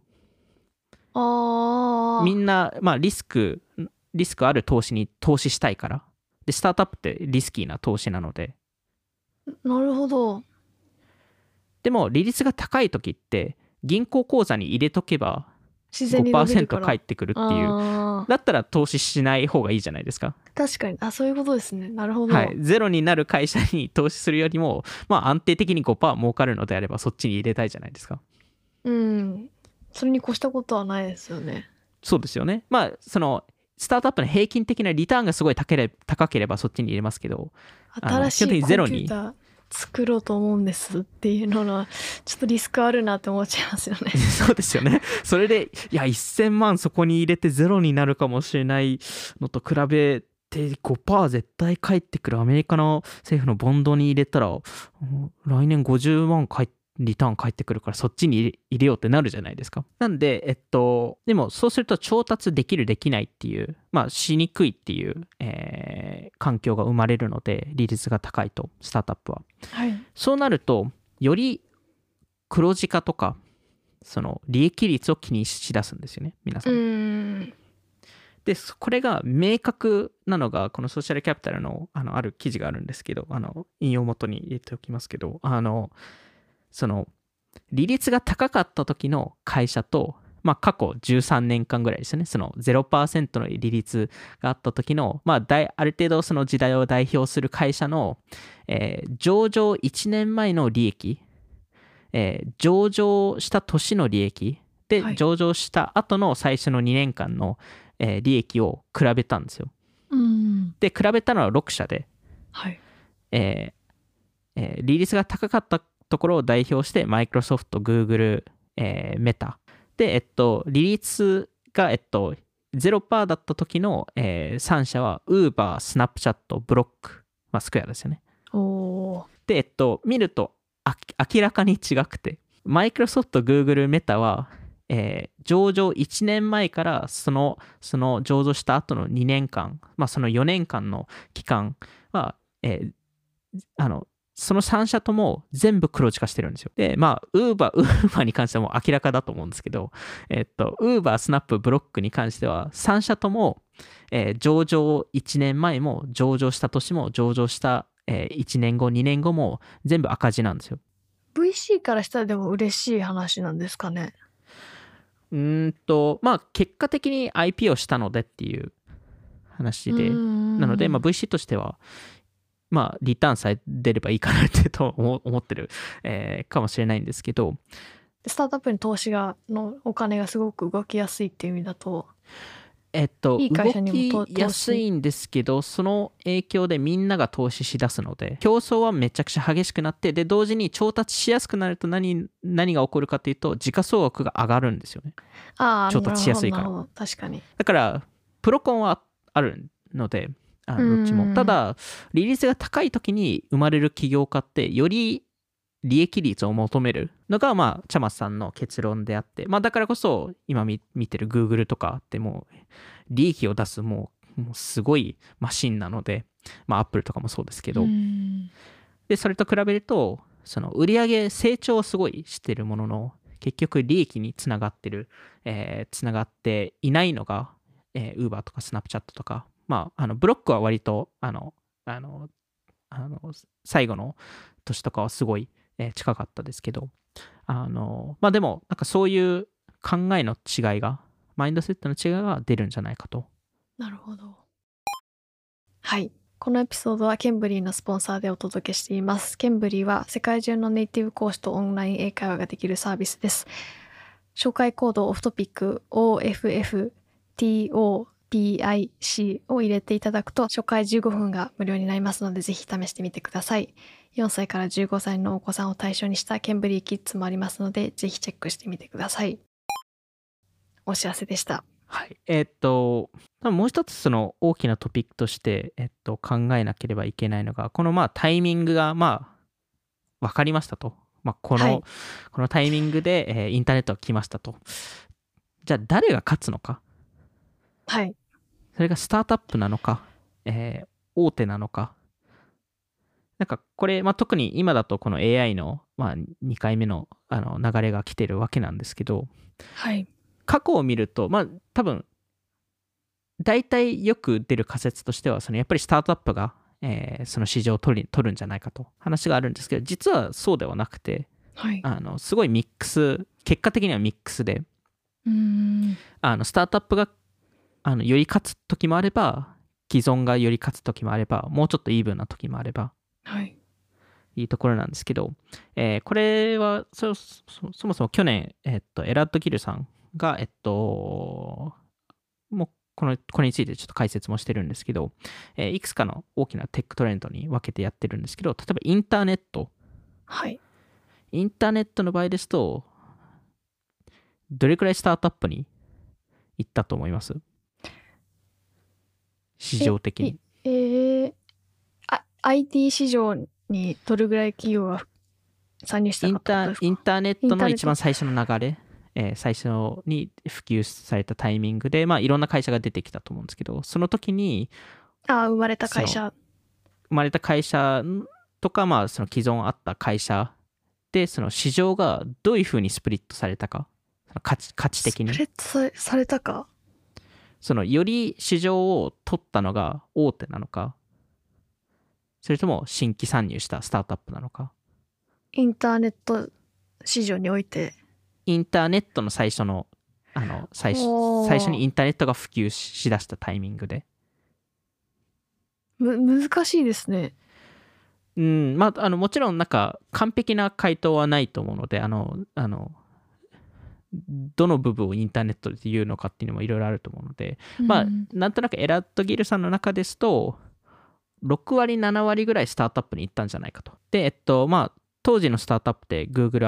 ああ。 みんな、まあ、リスクリスクある投資に投資したいから。でスタートアップってリスキーな投資なので。 なるほど。 でも利率が高い時って銀行口座に入れとけば自然に伸びるかごパーセントら。 返ってくるっていう。 あだったら投資しない方がいいじゃないですか。 ー確かに。あ、そういうことですね。なるほど。 はい、ゼロになる会社に投資するよりも、まあ、安定的に ごパーセント 儲かるのであればそっちに入れたいじゃないですか。 うん。それに越したことはないですよね。 そうですよね。まあそのスタートアップの平均的なリターンがすごい高ければ高ければそっちに入れますけど、あの新し基本的いコンピにゼロにューター作ろうと思うんですっていうのはちょっとリスクあるなって思っちゃいますよね。 そうですよね。それでいやせんまんそこに入れてゼロになるかもしれないのと比べて ごパーセント 絶対返ってくるアメリカの政府のボンドに入れたら来年ごじゅうまん返ってリターン返ってくるからそっちに入れ入れようってなるじゃないですか。なんでえっとでもそうすると調達できるできないっていうまあしにくいっていう、えー環境が生まれるので利率が高いとスタートアップは。 はい。 そうなるとより黒字化とかその利益率を気にしだすんですよね皆さ。 うんーん。 でこれが明確なのがこのソーシャルキャピタル の, あのある記事があるんですけど、あの引用元に入れておきますけど、あのその利率が高かった時の会社と、まあ、過去じゅうさんねんかんぐらいですよね。その ゼロパーセント の利率があった時の、まあ、大ある程度その時代を代表する会社の、えー上場いちねんまえの利益、えー上場した年の利益で、 はい上場した後の最初のにねんかんの、えー利益を比べたんですよ。 うん。 で比べたのはろく社で、 はい。 えーえー利率が高かったところを代表してマイクロソフト、グーグル、えーメタで、えっと、利率が、えっと、ゼロパーセント だった時の、えーさん社は Uber、Snapchat、ブロック、まあ、スクエアですよね。 おお。 で、えっと、見るとあ明らかに違くて、マイクロソフト、グーグル、メタは、えー上場いちねんまえからそのその上場した後のにねんかん、まあ、そのよねんかんの期間は、えーあのそのさん社とも全部黒字化してるんですよ。で、まあ、ウーバー、ウーバーに関してはもう明らかだと思うんですけど、えっと、ウーバー、スナップ、ブロックに関してはさん社とも、えー上場いちねんまえも上場した年も上場した、えーいちねんご、にねんごも全部赤字なんですよ。 ブイシー からしたらでも嬉しい話なんですかね。 うーんと、まあ、結果的に アイピーオー したのでっていう話で、なので、まあ、ブイシー としては、まあ、リターンさえ出ればいいかなってと思思ってる、えーかもしれないんですけど、 スタートアップに投資がのお金がすごく動きやすいっていう意味だと、 えっと、 いい会社にも動きやすいんですけど、その影響でみんなが投資しだすので、競争はめちゃくちゃ激しくなって、で、同時に調達しやすくなると何、何が起こるかというと、時価総額が上がるんですよね。 ああ、 調達しやすいからなるほどなるほど確かに。 だから、プロコンはあるので、あうんのどっちも。ただ、利率が高い時に生まれる起業家って、より利益率を求めるのが、まあ、チャマスさんの結論であって、まあ、だからこそ、今見見てる Google とかってもう、利益を出すもう、もうすごいマシンなので、まあ、Apple とかもそうですけど、 うんで、それと比べると、その売上成長をすごいしてるものの、結局利益につながってる、えー、つながっていないのが、えー、Uber とか Snapchat とか、まあ、あのブロックは割と、あの、あの、あの最後の年とかはすごい、えー近かったですけど、 あのまあでもなんかそういう考えの違いがマインドセットの違いが出るんじゃないかと。 なるほど。はい。このエピソードはケンブリーのスポンサーでお届けしています。ケンブリーは世界中のネイティブ講師とオンライン英会話ができるサービスです。紹介コードオフトピック オーエフエフティーオーピーアイシー を入れていただくと初回じゅうごふんが無料になりますのでぜひ試してみてください。よんさいからじゅうごさいのお子さんを対象にしたケンブリーキッズもありますのでぜひチェックしてみてください。お知らせでした。 はい。えーっと、多分もう一つその大きなトピックとして、えっと、考えなければいけないのが、このまあタイミングがまあ分かりましたと。まあ、この、はい、このタイミングで、えー、インターネットが来ましたと。じゃあ誰が勝つのか。 はい。 それがスタートアップなのか、えー、大手なのか。なんかこれ、まあ、特に今だとこの エーアイ の、まあ、にかいめの、あの流れが来てるわけなんですけど、 はい、 過去を見ると、まあ、多分大体よく出る仮説としてはそのやっぱりスタートアップが、えー、その市場を取り、取るんじゃないかと話があるんですけど、実はそうではなくて、 はい、 あのすごいミックス、結果的にはミックスで、 うーんあのスタートアップがあのより勝つ時もあれば、既存がより勝つ時もあれば、もうちょっとイーブンな時もあれば、 はい、 いいところなんですけど、えー、これはそそそもそも去年、えっと、エラッド・ギルさんが、えっと、もうこのこれについてちょっと解説もしてるんですけど、えー、いくつかの大きなテックトレンドに分けてやってるんですけど、例えばインターネット、 はい、 インターネットの場合ですと、どれくらいスタートアップに行ったと思います？市場的に。 ええー、あ アイティー 市場にどれぐらい企業が参入したかってことですか？ インターネットの一番最初の流れ、えー、最初に普及されたタイミングで、まあ、いろんな会社が出てきたと思うんですけど、その時にあ生まれた会社生まれた会社とか、まあ、その既存あった会社でその市場がどういうふうにスプリットされたか、価値、価値的にスプリットされたか、 そのより市場を取ったのが大手なのか、それとも新規参入したスタートアップなのか。 インターネット市場においてインターネットの最初のあの 最, 最初にインターネットが普及しだしたタイミングでむ難しいですね。 うんまあ、あのもちろんなんか完璧な回答はないと思うので、あのあのどの部分をインターネットで言うのかっていうのもいろいろあると思うので、うん、まあなんとなくエラッド・ギルさんの中ですとろくわりななわりぐらいスタートアップに行ったんじゃないかと。でえっとまあ当時のスタートアップって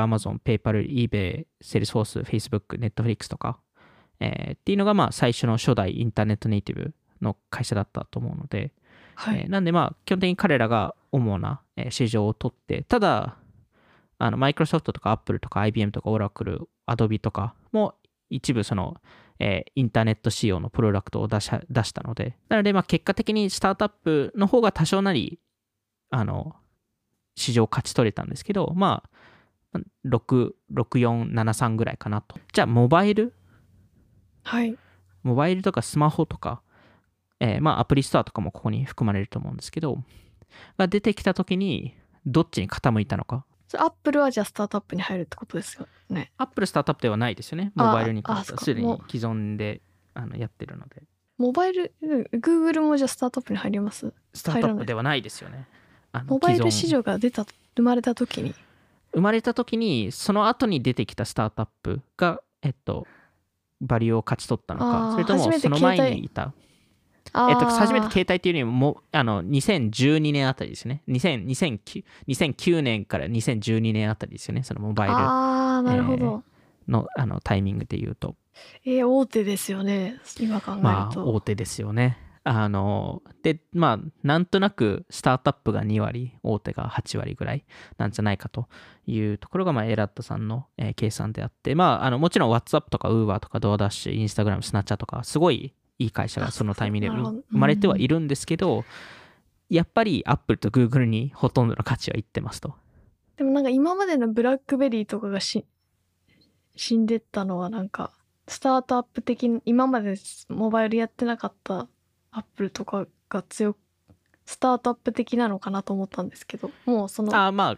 Google、Amazon、PayPal、eBay、Salesforce、Facebook、Netflix とか、えー、っていうのがまあ最初の初代インターネットネイティブの会社だったと思うので、はい、えー、なんでまあ基本的に彼らが主な市場を取って、ただあのマイクロソフトとか Apple とか アイビーエム とか Oracle、Adobe とかも一部その、えー、インターネット仕様のプロダクトを出し出したので、なのでまあ結果的にスタートアップの方が多少なりあの市場を勝ち取れたんですけど、まあろく、ろく、よん、なな、さんぐらいかなと。じゃあモバイル、 はい、 モバイルとかスマホとか、えー、まあアプリストアとかもここに含まれると思うんですけど、が出てきたときにどっちに傾いたのか。 アップルはじゃあスタートアップに入るってことですよね。 アップルスタートアップではないですよね。モバイルに関してはすでに既存であのやってるので。 モバイル、Google もじゃあスタートアップに入ります？ スタートアップではないですよね。 あのモバイル市場が出た生まれた時に生まれた時にその後に出てきたスタートアップがえっとバリューを勝ち取ったのか、それともその前にいた、えっと、初めて携帯っていうよりもあのにせんじゅうにねんあたりですね。にせんにせんきゅう、にせんきゅうねんからにせんじゅうにねんあたりですよね。そのモバイルあなるほど、 えー、の, あのタイミングで言うと、 えー、大手ですよね今考えると。 まあ大手ですよね。あのでまあなんとなくスタートアップがにわり、大手がはちわりぐらいなんじゃないかというところが、まあ、エラッドさんの、えー、計算であって、まあ、あのもちろん WhatsApp とか Uber とか DoorDash、Instagram、Snapchat とかすごいいい会社がそのタイミングで生まれてはいるんですけど、やっぱり Apple と Google にほとんどの価値はいってますと。 でもなんか今までのブラックベリーとかがし死んでったのはなんかスタートアップ的に今までモバイルやってなかったアップルとかが強くスタートアップ的なのかなと思ったんですけど、もうそのあまあ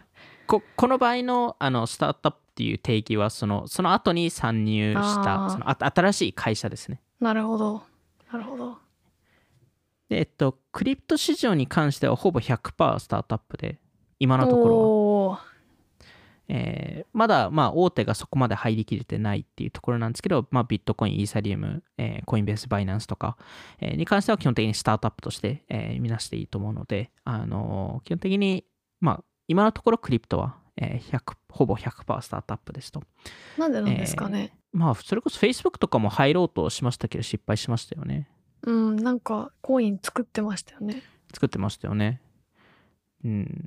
ここの場合のあのスタートアップっていう定義はそのその後に参入したそのあ新しい会社ですね。 なるほどなるほど。 でえっとクリプト市場に関してはほぼ ひゃくパーセント スタートアップで今のところは。 おーえーまだまあ大手がそこまで入りきれてないっていうところなんですけど、まあ、ビットコイン、イーサリアム、えーコインベース、バイナンスとか、えーに関しては基本的にスタートアップとして、えー見なしていいと思うので、あのー基本的に、まあ、今のところクリプトは、えーひゃくほぼ ひゃくパーセント スタートアップですと。 なんでなんですかね。 まあ、それこそ Facebook とかも入ろうとしましたけど失敗しましたよね。 うんなんかコイン作ってましたよね。 作ってましたよね。うん。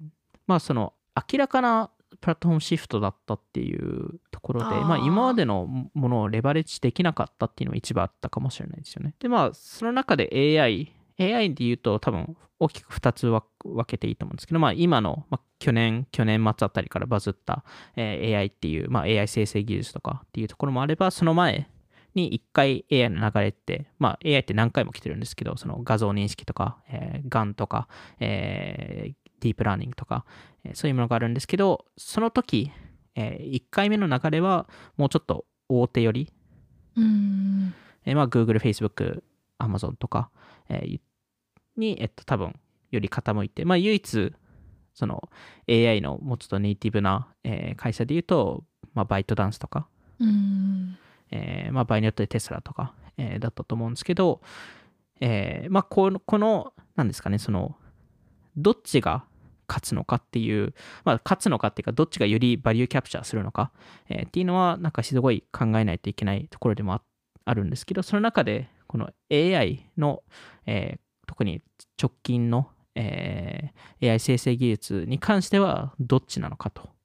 まあ、その明らかなプラットフォームシフトだったっていうところで、 あーまあ、今までのものをレバレッジできなかったっていうのが一番あったかもしれないですよね。で、まあ、その中で エーアイ、エーアイ で言うと多分大きくふたつ分けていいと思うんですけど、まあ、今の、まあ、去年、去年末あたりからバズった、えー エーアイ っていう、まあ、エーアイ 生成技術とかっていうところもあれば、その前に一回 エーアイ の流れって、まあ、エーアイ って何回も来てるんですけど、その画像認識とか、えー、ガン とか、えーディープラーニングとか、えーそういうものがあるんですけど、その時、えーいっかいめの流れはもうちょっと大手寄り、 うんえーまあ、Google、Facebook、Amazon とか、えーに、えっと、多分より傾いて、まあ、唯一、その エーアイ のもうちょっとネイティブな、えー会社で言うと、まあ、バイトダンスとか、 うんえーまあ、場合によってテスラとか、えーだったと思うんですけど、えーまあ、この、この、なんですかね、その、どっちが勝つのかっていう、まあ、勝つのかっていうか、どっちがよりバリューキャプチャーするのか、えーっていうのは、なんかすごい考えないといけないところでもああるんですけど、その中で、この エーアイ の、えー特に直近の、えー エーアイ 生成技術に関しては、どっちなのかと。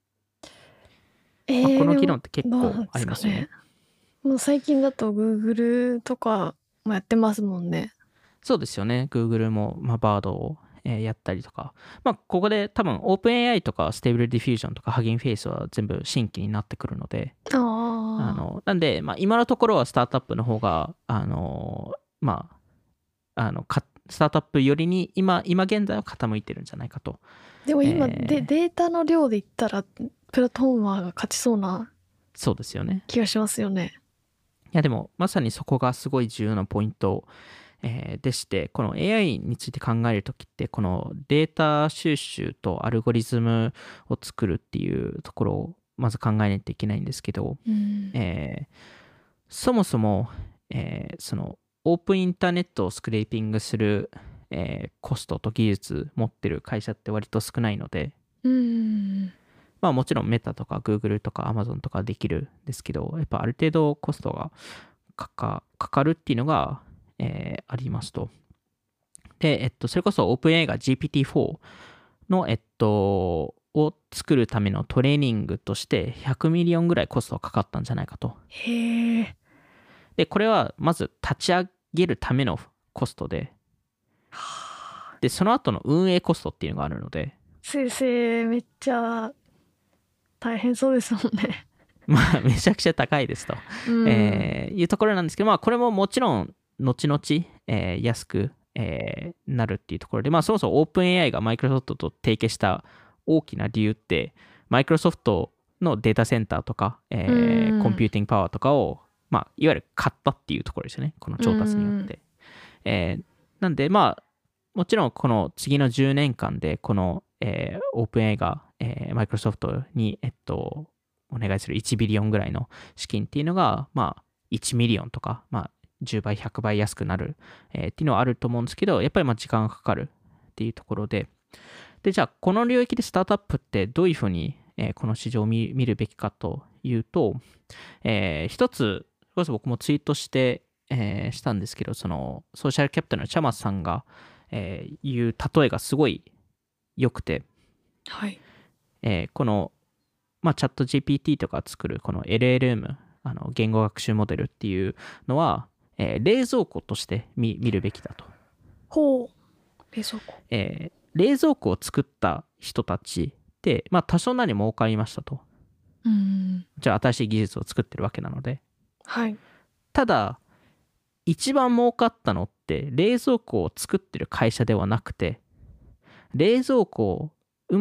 えーまあ、この議でも論って結構どうなんでありますよね。 すかね。もう最近だと Google とかもやってますもんね。 そうですよね。Google も、まあ、Bard を、えーやったりとか。まあ、ここで多分 OpenAI とか Stable Diffusion とか Hugging Face は全部新規になってくるので、 ああのなんで、まあ、今のところはスタートアップの方が、あのまあ、あのかスタートアップよりに今今現在は傾いてるんじゃないかと。 あでも今、 えーでデータの量で言ったらプラットフォーマーが勝ちそうなそうですよね。 気がしますよね。 いやでもまさにそこがすごい重要なポイント、えーでして、この エーアイ について考えるときって、このデータ収集とアルゴリズムを作るっていうところをまず考えないといけないんですけど、 うんえーそもそも、えーそのオープンインターネットをスクレーピングする、えーコストと技術持ってる会社って割と少ないので、 うんまあもちろんメタとか Google とか Amazon とかできるんですけど、やっぱある程度コストがかかかかるっていうのが、えーありますと。で、えっと、それこそ OpenAI が ジーピーティーフォー の、えっと、を作るためのトレーニングとしてひゃくミリオンぐらいコストがかかったんじゃないかと。 へえ。 で、これはまず立ち上げるためのコストで、で、その後の運営コストっていうのがあるので、 先生めっちゃ大変そうですもんね。 まあ、めちゃくちゃ高いですと、 うんえーいうところなんですけど、まあ、これももちろん、後々、えー安く、えーなるっていうところで、まあ、そもそも OpenAI がマイクロソフトと提携した大きな理由って、マイクロソフトのデータセンターとか、えーうんコンピューティングパワーとかを、まあ、いわゆる買ったっていうところですよね、この調達によって。えーなんで、まあ、もちろんこの次のじゅうねんかんで、この、えー、OpenAI が、えー、マイクロソフトに、えっと、お願いするいちビリオンぐらいの資金っていうのが、まあ、いちミリオンとか、まあ、じゅうばい、ひゃくばい安くなる、えーっていうのはあると思うんですけど、やっぱりまあ時間がかかるっていうところで、で、じゃあ、この領域でスタートアップってどういうふうに、えーこの市場を 見, 見るべきかというと、えー一つ、それこそ僕もツイートして、えーしたんですけど、そのソーシャルキャピタルのチャマスさんが、えー言う例えがすごい良くて、 はい。 えーこの、まあ、チャット ジーピーティー とか作るこの エルエルエム、あの言語学習モデルっていうのは、えー冷蔵庫として見見るべきだと。 ほう。冷蔵庫。 えー冷蔵庫を作った人たちって、まあ、多少なり儲かりましたと。 うん。 じゃあ新しい技術を作ってるわけなので。 はい。 ただ、一番儲かったのって冷蔵庫を作ってる会社ではなくて、冷蔵庫をうまく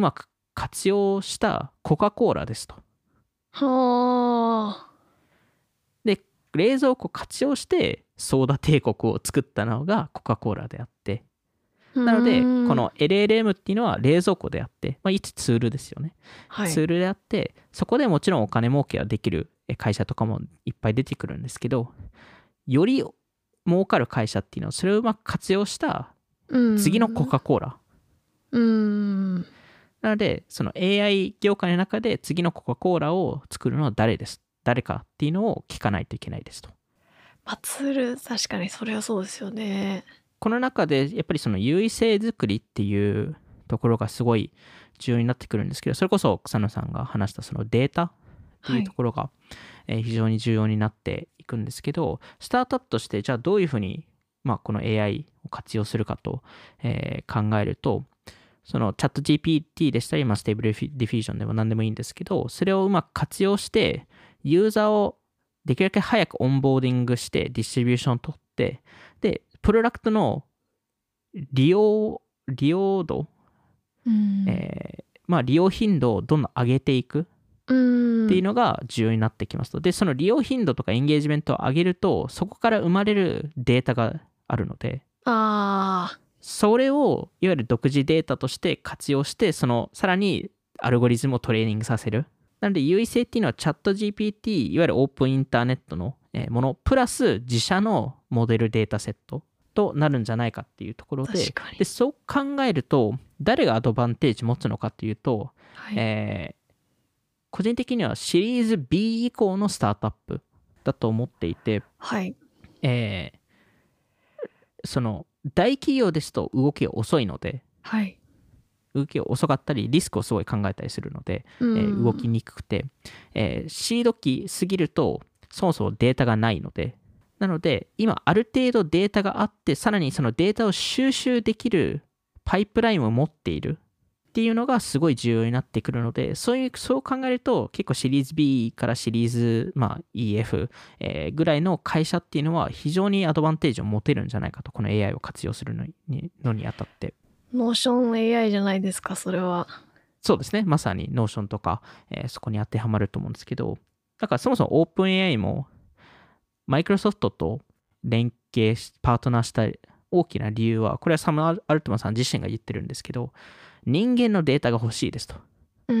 活用したコカ・コーラですと。 はあ。 で、冷蔵庫を活用してソーダ帝国を作ったのがコカ・コーラであって、なので、この エルエルエム っていうのは冷蔵庫であって、まあ、一ツールですよね。 はい、 ツールであって、そこでもちろんお金儲けができる会社とかもいっぱい出てくるんですけど、より儲かる会社っていうのはそれをうまく活用した次のコカ・コーラ。 うーん。 なので、その エーアイ 業界の中で次のコカ・コーラを作るのは誰です。誰かっていうのを聞かないといけないですと。 まあ、ツール、確かにそれはそうですよね。 この中でやっぱりその優位性作りっていうところがすごい重要になってくるんですけど、それこそ草野さんが話したそのデータっていうところが非常に重要になっていくんですけど、スタートアップとしてじゃあどういうふうにまあこの エーアイ を活用するかとえ考えると、そのチャット ジーピーティー でしたり、まあ、ステーブルディフュージョンでも何でもいいんですけど、それをうまく活用してユーザーをできるだけ早くオンボーディングしてディストリビューションを取って、でプロダクトの利用利用度、 うんえーまあ、利用頻度をどんどん上げていくっていうのが重要になってきますと。でその利用頻度とかエンゲージメントを上げると、そこから生まれるデータがあるので、 あそれをいわゆる独自データとして活用して、そのさらにアルゴリズムをトレーニングさせる。なので優位性っていうのはチャット ジーピーティー、いわゆるオープンインターネットのものプラス自社のモデルデータセットとなるんじゃないかっていうところで、でそう考えると誰がアドバンテージ持つのかっていうと、はい、えー、個人的にはシリーズ B 以降のスタートアップだと思っていて、 はい、 えー、その大企業ですと動きが遅いので、 はい、 動きが遅かったりリスクをすごい考えたりするので、えー、動きにくくて、えー、シード期過ぎるとそもそもデータがないので、なので今ある程度データがあって、さらにそのデータを収集できるパイプラインを持っているっていうのがすごい重要になってくるので、そういうそう考えると結構シリーズ B からシリーズ、まあ、イーエフ、えー、ぐらいの会社っていうのは非常にアドバンテージを持てるんじゃないかと、この エーアイ を活用するのにのにあたって。 ノーション エーアイ じゃないですか、それは。 そうですね、まさにノーションとか、えー、そこに当てはまると思うんですけど、だからそもそもオープン エーアイ もマイクロソフトと連携しパートナーした大きな理由は、これはサム・アルトマンさん自身が言ってるんですけど、人間のデータが欲しいですと。 うん、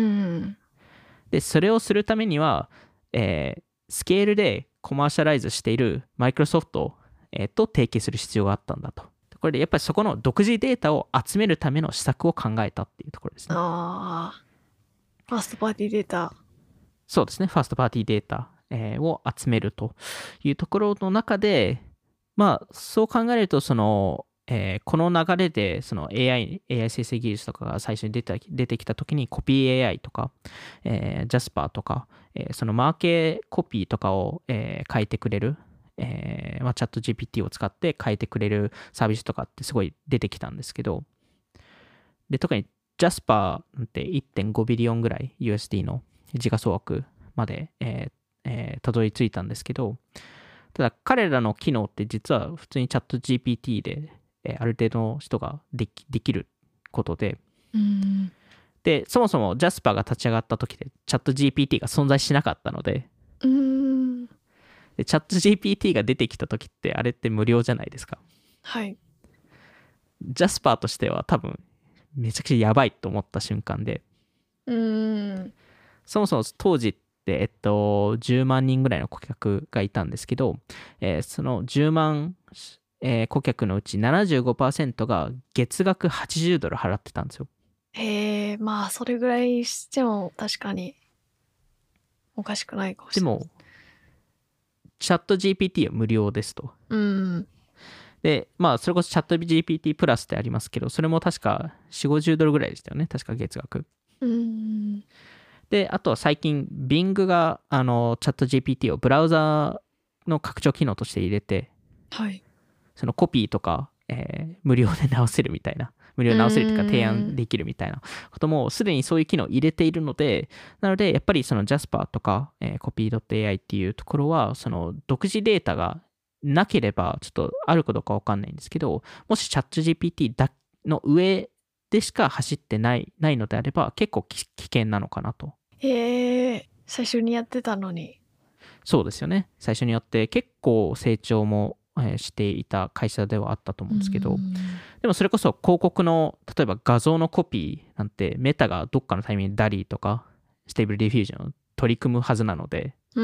でそれをするためには、えー、スケールでコマーシャライズしているマイクロソフト、えー、と提携する必要があったんだと。これでやっぱりそこの独自データを集めるための施策を考えたっていうところですね。 ああ、ファーストパーティーデータ。 そうですね、ファーストパーティーデータ、えー、を集めるというところの中で、まあそう考えると、そのえー、この流れでその エーアイ、エーアイ 生成技術とかが最初に出て出てきたときに、コピー エーアイ とか、えー、ジャスパーとか、えー、そのマーケコピーとかを、えー、書いてくれる、えーまあ、チャット ジーピーティー を使って書いてくれるサービスとかってすごい出てきたんですけど、で特にジャスパーなんて いってんごビリオンぐらい ユーエスディー の時価総額まで、えーえー、たどり着いたんですけど、ただ彼らの機能って実は普通にチャット ジーピーティー である程度の人がで き, できることで、 うん、 でそもそもジャスパーが立ち上がった時でチャット ジーピーティー が存在しなかったので、 うん、 でチャット ジーピーティー が出てきた時ってあれって無料じゃないですか。 はい。 ジャスパーとしては多分めちゃくちゃやばいと思った瞬間で、 うん、 そもそも当時ってえっとじゅうまんにんぐらいの顧客がいたんですけど、えー、そのじゅうまんえー、顧客のうち ななじゅうごパーセント が月額はちじゅうドル払ってたんですよ。 へえ、まあそれぐらいしても確かにおかしくないかもしれない。 でもチャット ジーピーティー は無料ですと。 うん。 でまあそれこそチャット ジーピーティー プラスってありますけど、それも確かよんじゅう、ごじゅうドルぐらいでしたよね、確か月額。 うん。 であとは最近 Bing があのチャット ジーピーティー をブラウザの拡張機能として入れて、 はい。 そのコピーとか、えー、無料で直せるみたいな、無料で直せるというか提案できるみたいなこともすでにそういう機能を入れているので、なのでやっぱりその Jasper とか、えー、コピー .エーアイ っていうところはその独自データがなければちょっとあるかどうかわかんないんですけど、もしチャット ジーピーティー だの上でしか走ってないないのであれば結構危険なのかなと。 へえ、最初にやってたのに。 そうですよね。最初にやって結構成長もしていた会社ではあったと思うんですけど、でもそれこそ広告の例えば画像のコピーなんてメタがどっかのタイミングでダリーとかステーブルディフュージョンを取り組むはずなので、 うん、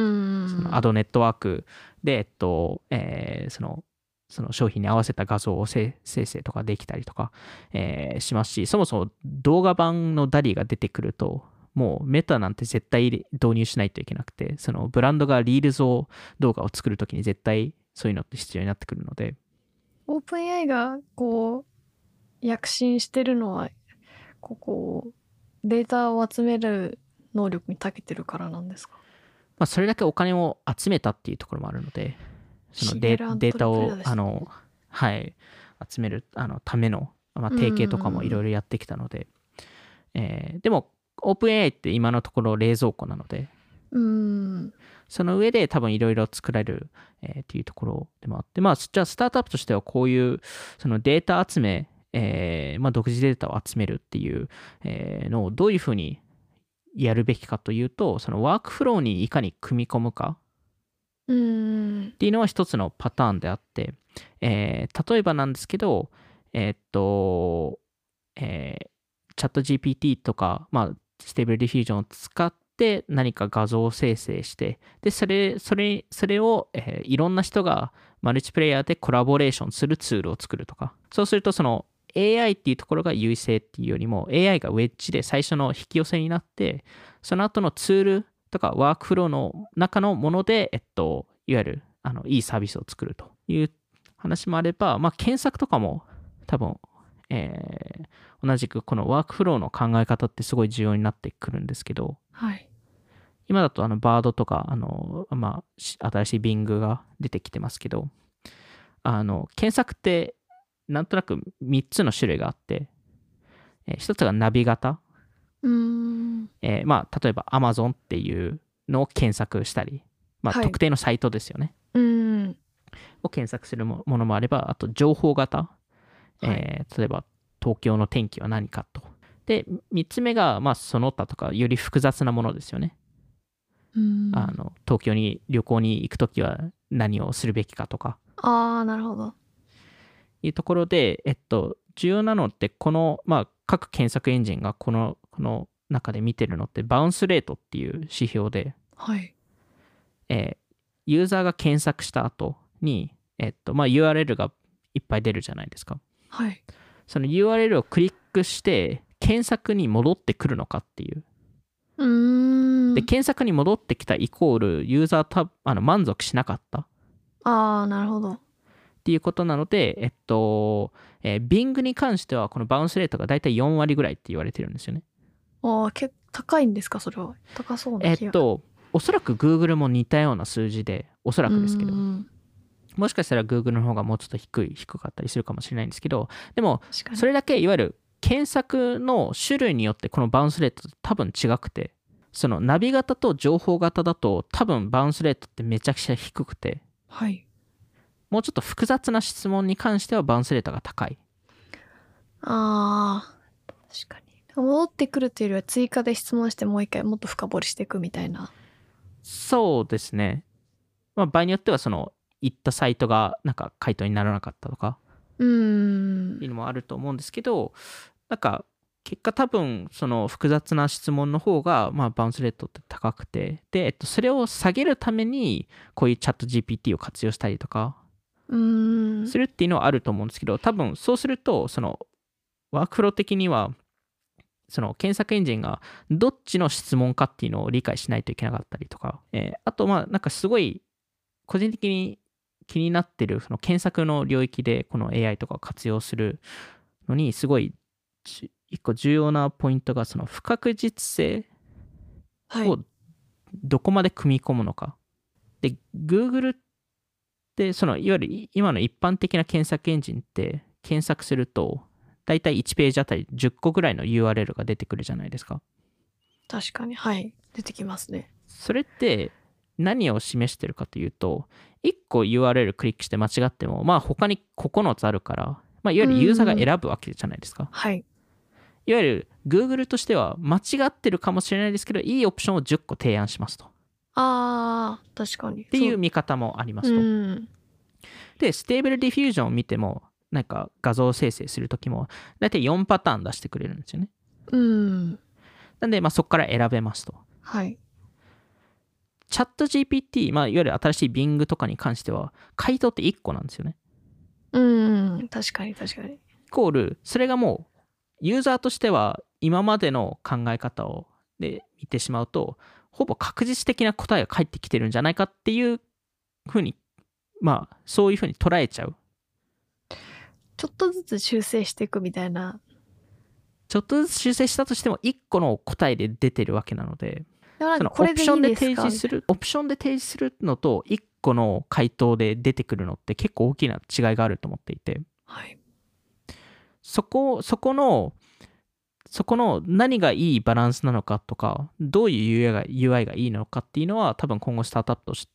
そのアドネットワークで、えっとえー、そのその商品に合わせた画像を生成とかできたりとか、えー、しますし、そもそも動画版のダリーが出てくるともうメタなんて絶対導入しないといけなくて、そのブランドがリール像動画を作るときに絶対そういうのって必要になってくるので。 オープン エーアイ がこう躍進してるのはここデータを集める能力に長けてるからなんですか？ まあ、それだけお金を集めたっていうところもあるので、そのデータを、ね、あの、はい、集めるあのための、まあ、提携とかもいろいろやってきたので、えー、でもオープン エーアイ って今のところ冷蔵庫なので、 うんその上で多分いろいろ作られる、えー、っていうところでもあって、まあ、じゃあスタートアップとしてはこういうそのデータ集め、えーまあ、独自データを集めるっていう、えー、のをどういうふうにやるべきかというと、そのワークフローにいかに組み込むかっていうのは一つのパターンであって、えー、例えばなんですけど、えー、っと、えー、チャット ジーピーティー とか、まあ、ステーブルディフュージョンを使って何か画像を生成して、で、それ、それ、それを、えー、いろんな人がマルチプレイヤーでコラボレーションするツールを作るとか、そうするとその、エーアイ っていうところが優位性っていうよりも エーアイ がウェッジで最初の引き寄せになってその後のツールとかワークフローの中のもので、えっと、いわゆるあのいいサービスを作るという話もあれば、まあ、検索とかも多分、えー、同じくこのワークフローの考え方ってすごい重要になってくるんですけど、 はい、 今だとあのバードとかあの、まあ、新しい Bing が出てきてますけど、あの検索ってなんとなくみっつの種類があって、えー、ひとつがナビ型。 うーん、 えー、まあ、例えば Amazon っていうのを検索したり、まあ、はい、特定のサイトですよね。 うんを検索するものもあれば、あと情報型。はい、えー、例えば東京の天気は何かと。で、みっつめが、まあ、その他とかより複雑なものですよね。 うんあの東京に旅行に行くときは何をするべきかとか。 ああ、なるほど。 いうところで、えっと、重要なのって、この、まあ、各検索エンジンがこの、この中で見てるのって、バウンスレートっていう指標で、 はい。 えー、ユーザーが検索した後に、えっと、まあ、ユーアールエル がいっぱい出るじゃないですか。 はい。 その ユーアールエル をクリックして、検索に戻ってくるのかっていう。 うーん。 で、検索に戻ってきたイコール、ユーザーたあの満足しなかった。 ああ、なるほど。 っていうことなので、えっと、えー、Bing に関してはこのバウンスレートがだいたいよんわりぐらいって言われてるんですよね。 ああ、結構高いんですか、それは。高そうな気が。 えっと、おそらく Google も似たような数字で、おそらくですけど、もしかしたら Google の方がもうちょっと低い、低かったりするかもしれないんですけど、でも、それだけいわゆる検索の種類によってこのバウンスレートって多分違くて、そのナビ型と情報型だと多分バウンスレートってめちゃくちゃ低くて、 はい。 もうちょっと複雑な質問に関してはバウンスレートが高い。 ああ、確かに。戻ってくるというよりは追加で質問してもう一回もっと深掘りしていくみたいな。 そうですね。まあ、場合によってはその行ったサイトがなんか回答にならなかったとかうーんっていうのもあると思うんですけど、なんか結果多分その複雑な質問の方がまあバウンスレートって高くて、で、えっと、それを下げるためにこういうチャット ジーピーティー を活用したりとかうーんするっていうのはあると思うんですけど、多分そうするとそのワークフロー的にはその検索エンジンがどっちの質問かっていうのを理解しないといけなかったりとか、えー、あとまあなんかすごい個人的に気になってるその検索の領域でこの エーアイ とかを活用するのにすごい一個重要なポイントがその不確実性をどこまで組み込むのか。で、Google ってそのいわゆる今の一般的な検索エンジンって検索するとだいたいいちページあたりじゅっこぐらいの ユーアールエル が出てくるじゃないですか。 確かに、はい。出てきますね。 それって何を示してるかというと、いっこ ユーアールエル クリックして間違っても、まあ他にここのつあるから、まあ、いわゆるユーザーが選ぶわけじゃないですか。 はい。 いわゆる Google としては間違ってるかもしれないですけど、いいオプションをじゅっこ提案しますと。 あー、確かに。 っていう見方もありますと。 うん、 で、ステーブルディフュージョンを見ても、なんか画像生成するときも、だいたいよんパターン出してくれるんですよね。 うん。 なんで、まあ、そこから選べますと。 はい。 チャット ジーピーティー、まあ、いわゆる新しい Bing とかに関しては、回答っていっこなんですよね。 うん、確かに確かに。 イコール、それがもう、ユーザーとしては、今までの考え方をで見てしまうと、ほぼ確実的な答えが返ってきてるんじゃないかっていうふうに、まあ、そういうふうに捉えちゃう。 ちょっとずつ修正していくみたいな。 ちょっとずつ修正したとしても、いっこの答えで出てるわけなので、 でもなんそのかこれでいオプションでいですか提示する、オプションで提示するのと、いっこの回答で出てくるのって結構大きな違いがあると思っていて、 はい。 そこ、そこの、そこの何がいいバランスなのかとか、どういう ユーアイ が ユーアイ がいいのかっていうのは、多分今後スタートアップとして、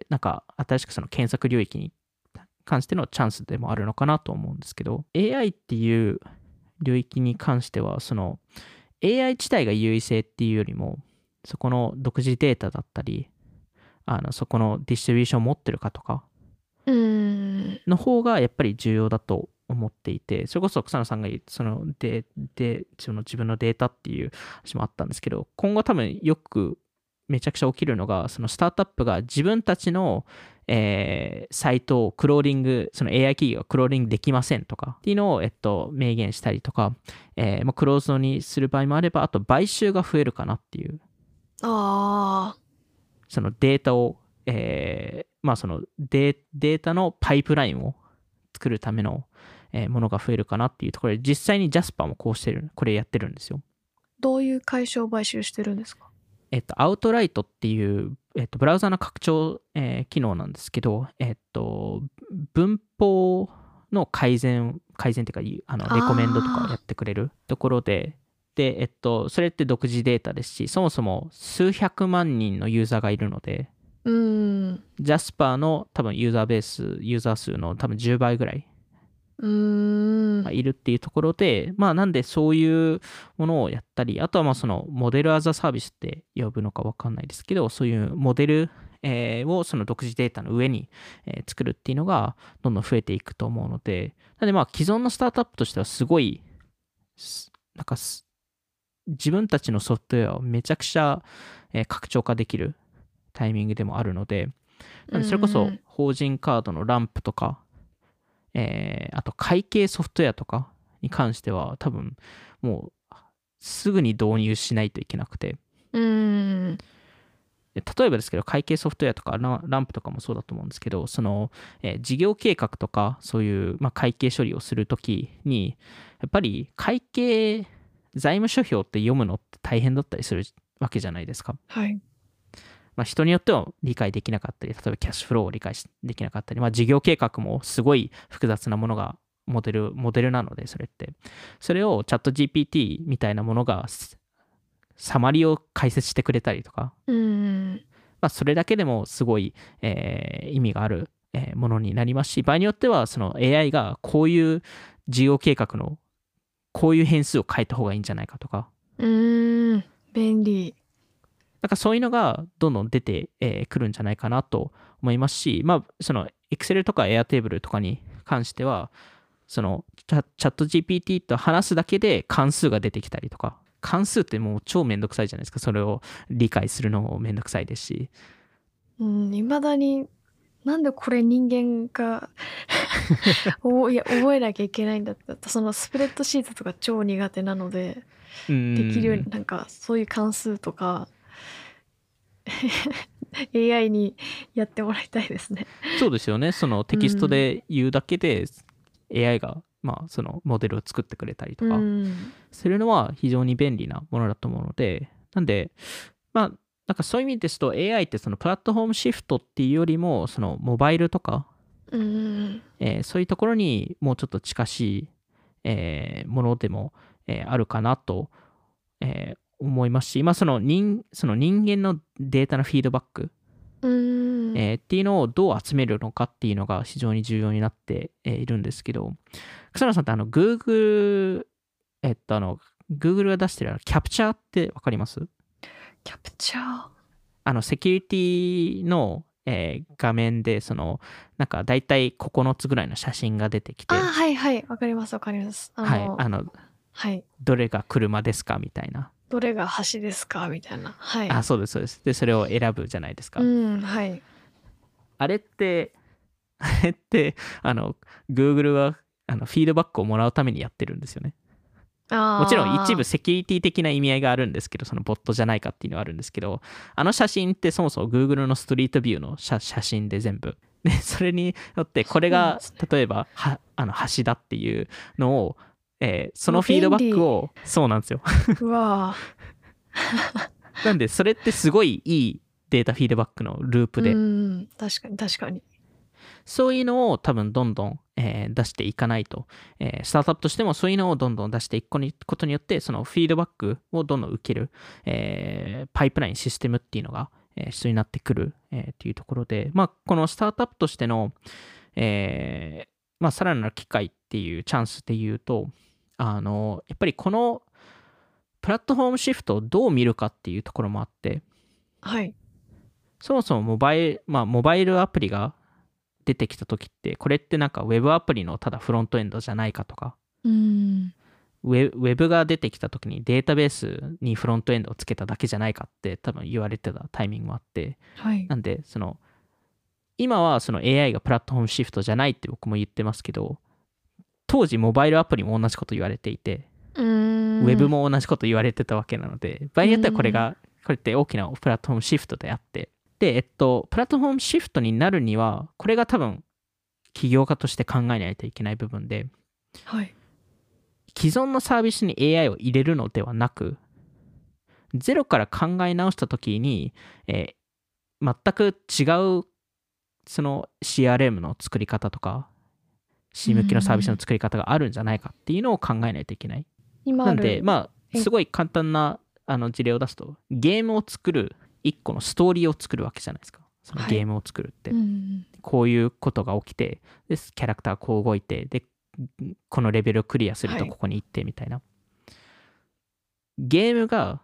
なんか新しくその検索領域に関してのチャンスでもあるのかなと思うんですけど、エーアイ っていう領域に関しては、その エーアイ 自体が優位性っていうよりも、そこの独自データだったり、あのそこのディストリビューションを持ってるかとかうーん。 の方がやっぱり重要だと思っていて、それこそ草野さんが言うそのででその自分のデータっていう話もあったんですけど、今後多分よくめちゃくちゃ起きるのが、そのスタートアップが自分たちの、えーサイトをクローリング、その エーアイ 企業がクローリングできませんとかっていうのを、えっと、明言したりとか、えーまあ、クローズドにする場合もあれば、あと買収が増えるかなっていう、 ああ。 そのデータを、えーまあそのデデータのパイプラインを作るための、えーものが増えるかなっていうところで、実際にジャスパーもこうしてる、これやってるんですよ。 どういう会社を買収してるんですか？ えっと、アウトライトっていう、えっと、ブラウザの拡張、えー機能なんですけど、えっと、文法の改善、改善っていうか、あのレコメンドとかをやってくれるところで、で、えっと、それって独自データですし、そもそも数百万人のユーザーがいるので、 うーん。 ジャスパーの多分ユーザーベース、ユーザー数の多分じゅうばいぐらいうーん。 いるっていうところで、まあなんでそういうものをやったり、あとはまあそのモデルアザサービスって呼ぶのかわかんないですけど、そういうモデル、えーをその独自データの上に、えー作るっていうのがどんどん増えていくと思うので、なんでまあ既存のスタートアップとしてはすごい、すなんかす自分たちのソフトウェアをめちゃくちゃ、えー拡張化できるタイミングでもあるので、なんでそれこそ法人カードのランプとか、えーあと会計ソフトウェアとかに関しては多分もうすぐに導入しないといけなくて、 うーん。 で例えばですけど会計ソフトウェアとかラランプとかもそうだと思うんですけど、その、えー事業計画とかそういう、まあ、会計処理をするときにやっぱり会計財務諸表って読むのって大変だったりするわけじゃないですか。 はい。 まあ、人によっては理解できなかったり、例えばキャッシュフローを理解できなかったり、まあ、事業計画もすごい複雑なものがモデル、モデルなので、それって。それをチャット ジーピーティー みたいなものがサマリを解説してくれたりとか、 うーん。 まあ、それだけでもすごい、えー意味がある、えーものになりますし、場合によってはその エーアイ がこういう事業計画のこういう変数を変えた方がいいんじゃないかとか、 うーん。便利。 なんかそういうのがどんどん出てく、えーるんじゃないかなと思いますし、まあ、その Excel とか Airtable とかに関しては、そのチャチャット ジーピーティー と話すだけで関数が出てきたりとか、関数ってもう超めんどくさいじゃないですか。それを理解するのもめんどくさいですし。 うん。いまだになんでこれ人間がおいや覚えなきゃいけないんだって、そのスプレッドシートとか超苦手なので、 うーんできるようになんかそういう関数とかエーアイ にやってもらいたいですね。 そうですよね。そのテキストで言うだけで エーアイ が、まあ、そのモデルを作ってくれたりとうかん。 するのは非常に便利なものだと思うので、なんで、まあ、なんかそういう意味ですと エーアイ ってそのプラットフォームシフトっていうよりも、そのモバイルとか、 うん。 えーそういうところにもうちょっと近しい、えーものでも、えーあるかなと、えー思いますし、まあ、その人その人間のデータのフィードバック、 うん。 えーっていうのをどう集めるのかっていうのが非常に重要になってえーいるんですけど、草野さんってあの Google えっとあの Google が出してるあのキャプチャーってわかります？ キャプチャー。 あのセキュリティの、えー画面でそのなんか大体ここのつぐらいの写真が出てきあ、 て、 はいはい、わかりますわかります。あはい、 の、 あのはい。 どれが車ですかみたいな。 どれが橋ですかみたいな。はあ、 い。 そうですそうです。でそれを選ぶじゃないですか。 うん、はい。 あれってあれってあの Google はあのフィードバックをもらうためにやってるんですよね。もちろん一部あセキュリティ的な意味合いがあるんですけど、そのボットじゃないかっていうのはあるんですけど、あの写真ってそもそも Google のストリートビューの 写, 写真で全部。で、それによってこれがそうなんですね。 例えばはあの橋だっていうのを、えーそあ。 のフィードバック便利。 を、そうなんですよ。 うわなんでそれってすごいいいデータフィードバックのルーぁ。うプで、 ん、確かに確かに。 そういうのを多分どんどん、えー出していかないと、えースタートアップとしてもそういうのをどんどん出していくことによって、そのフィードバックをどんどん受ける、えーパイプライン、システムっていうのが、えー必要になってくる、えーっていうところで、まあ、このスタートアップとしての、えーまあ、さらなる機会っていうチャンスで言うと、あの、やっぱりこのプラットフォームシフトをどう見るかっていうところもあって、 はい。 そもそもモバイル、まあ、モバイルアプリが出てきた時って、これってなんかウェブアプリのただフロントエンドじゃないかとか、 うん。 ウェウェブが出てきた時にデータベースにフロントエンドをつけただけじゃないかって多分言われてたタイミングもあって、 はい。 なんでその今はその エーアイ がプラットフォームシフトじゃないって僕も言ってますけど、当時モバイルアプリも同じこと言われていて、 うーん。 ウェブも同じこと言われてたわけなので、場合によってはこれうん。 が、これって大きなプラットフォームシフトであって、で、えっと、プラットフォームシフトになるには、これが多分起業家として考えないといけない部分で、 はい。 既存のサービスに エーアイ を入れるのではなく、ゼロから考え直したときに、えー全く違うその シーアールエム の作り方とか、C 向きのサービスの作り方があるんじゃないかっていうのを考えないといけない。なんで、 今ある。 まあ、 えすごい簡単なあの事例を出すと、ゲームを作る、一個のストーリーを作るわけじゃないですか。そのはいゲームを作るって。 うん。 こういうことが起きて、でキャラクターこう動いて、で、このレベルをクリアするはいとここに行ってみたいな。ゲームが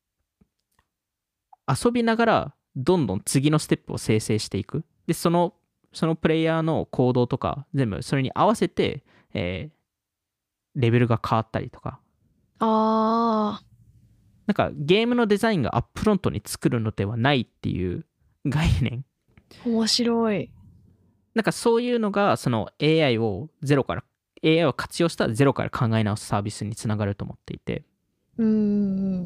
遊びながらどんどん次のステップを生成していく。で、その、そのプレイヤーの行動とか、全部それに合わせて、えーレベルが変わったりとか。 ああ。 なんかゲームのデザインがアップフロントに作るのではないっていう概念。 面白い。 なんかそういうのがその エーアイ をゼロから、エーアイ を活用したゼロから考え直すサービスにつながると思っていて、 うん。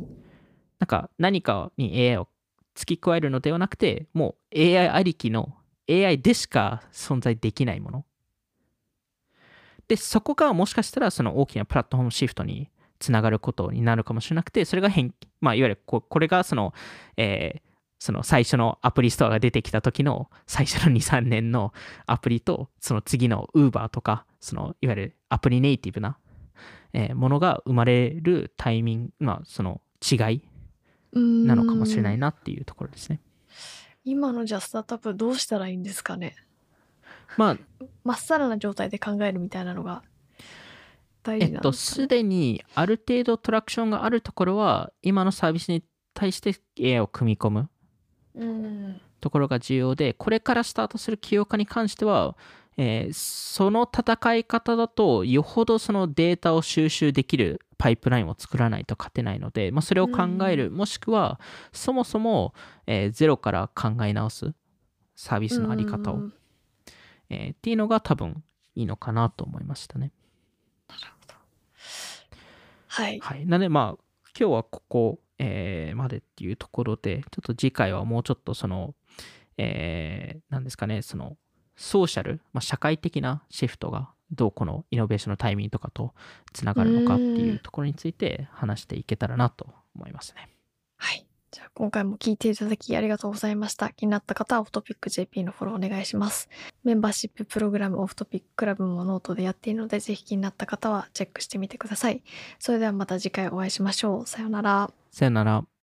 なんか何かに エーアイ を付き加えるのではなくて、もう エーアイ ありきの エーアイ でしか存在できないもの。で、そこがもしかしたらその大きなプラットフォームシフトにつながることになるかもしれなくて、それが変、まあ、いわゆるここれがその、えーその最初のアプリストアが出てきた時の最初のに、さんねんのアプリと、その次の Uber とか、そのいわゆるアプリネイティブな、えーものが生まれるタイミング、まあ、その違いなのかもしれないなっていうところですね。 今のじゃあスタートアップどうしたらいいんですかね。 まあ、 まっさらな状態で考えるみたいなのが大えっと、 事なんですかね。 すでにある程度トラクションがあるところは、今のサービスに対して エーアイ を組み込むうん。 ところが重要で、これからスタートする起業家に関しては、えーその戦い方だと、よほどそのデータを収集できるパイプラインを作らないと勝てないので、まあ、それを考える、もしくは、そもそも、えーゼロから考え直すサービスのあり方を、 うんえーっていうのが多分いいのかなと思いましたね。 はい。 はい。なので、まあ、今日はここ、えーまでっていうところで、ちょっと次回はもうちょっとその、えー、なんですかね、その、ソーシャル、まあ、社会的なシフトがどうこのイノベーションのタイミングとかとつながるのかっていうところについて話していけたらなと思いますね。 はい。じゃあ今回も聞いていただきありがとうございました。気になった方はオフトピック ジェーピー のフォローお願いします。メンバーシッププログラムオフトピッククラブもノートでやっているので、ぜひ気になった方はチェックしてみてください。それではまた次回お会いしましょう。さようなら。 さよなら。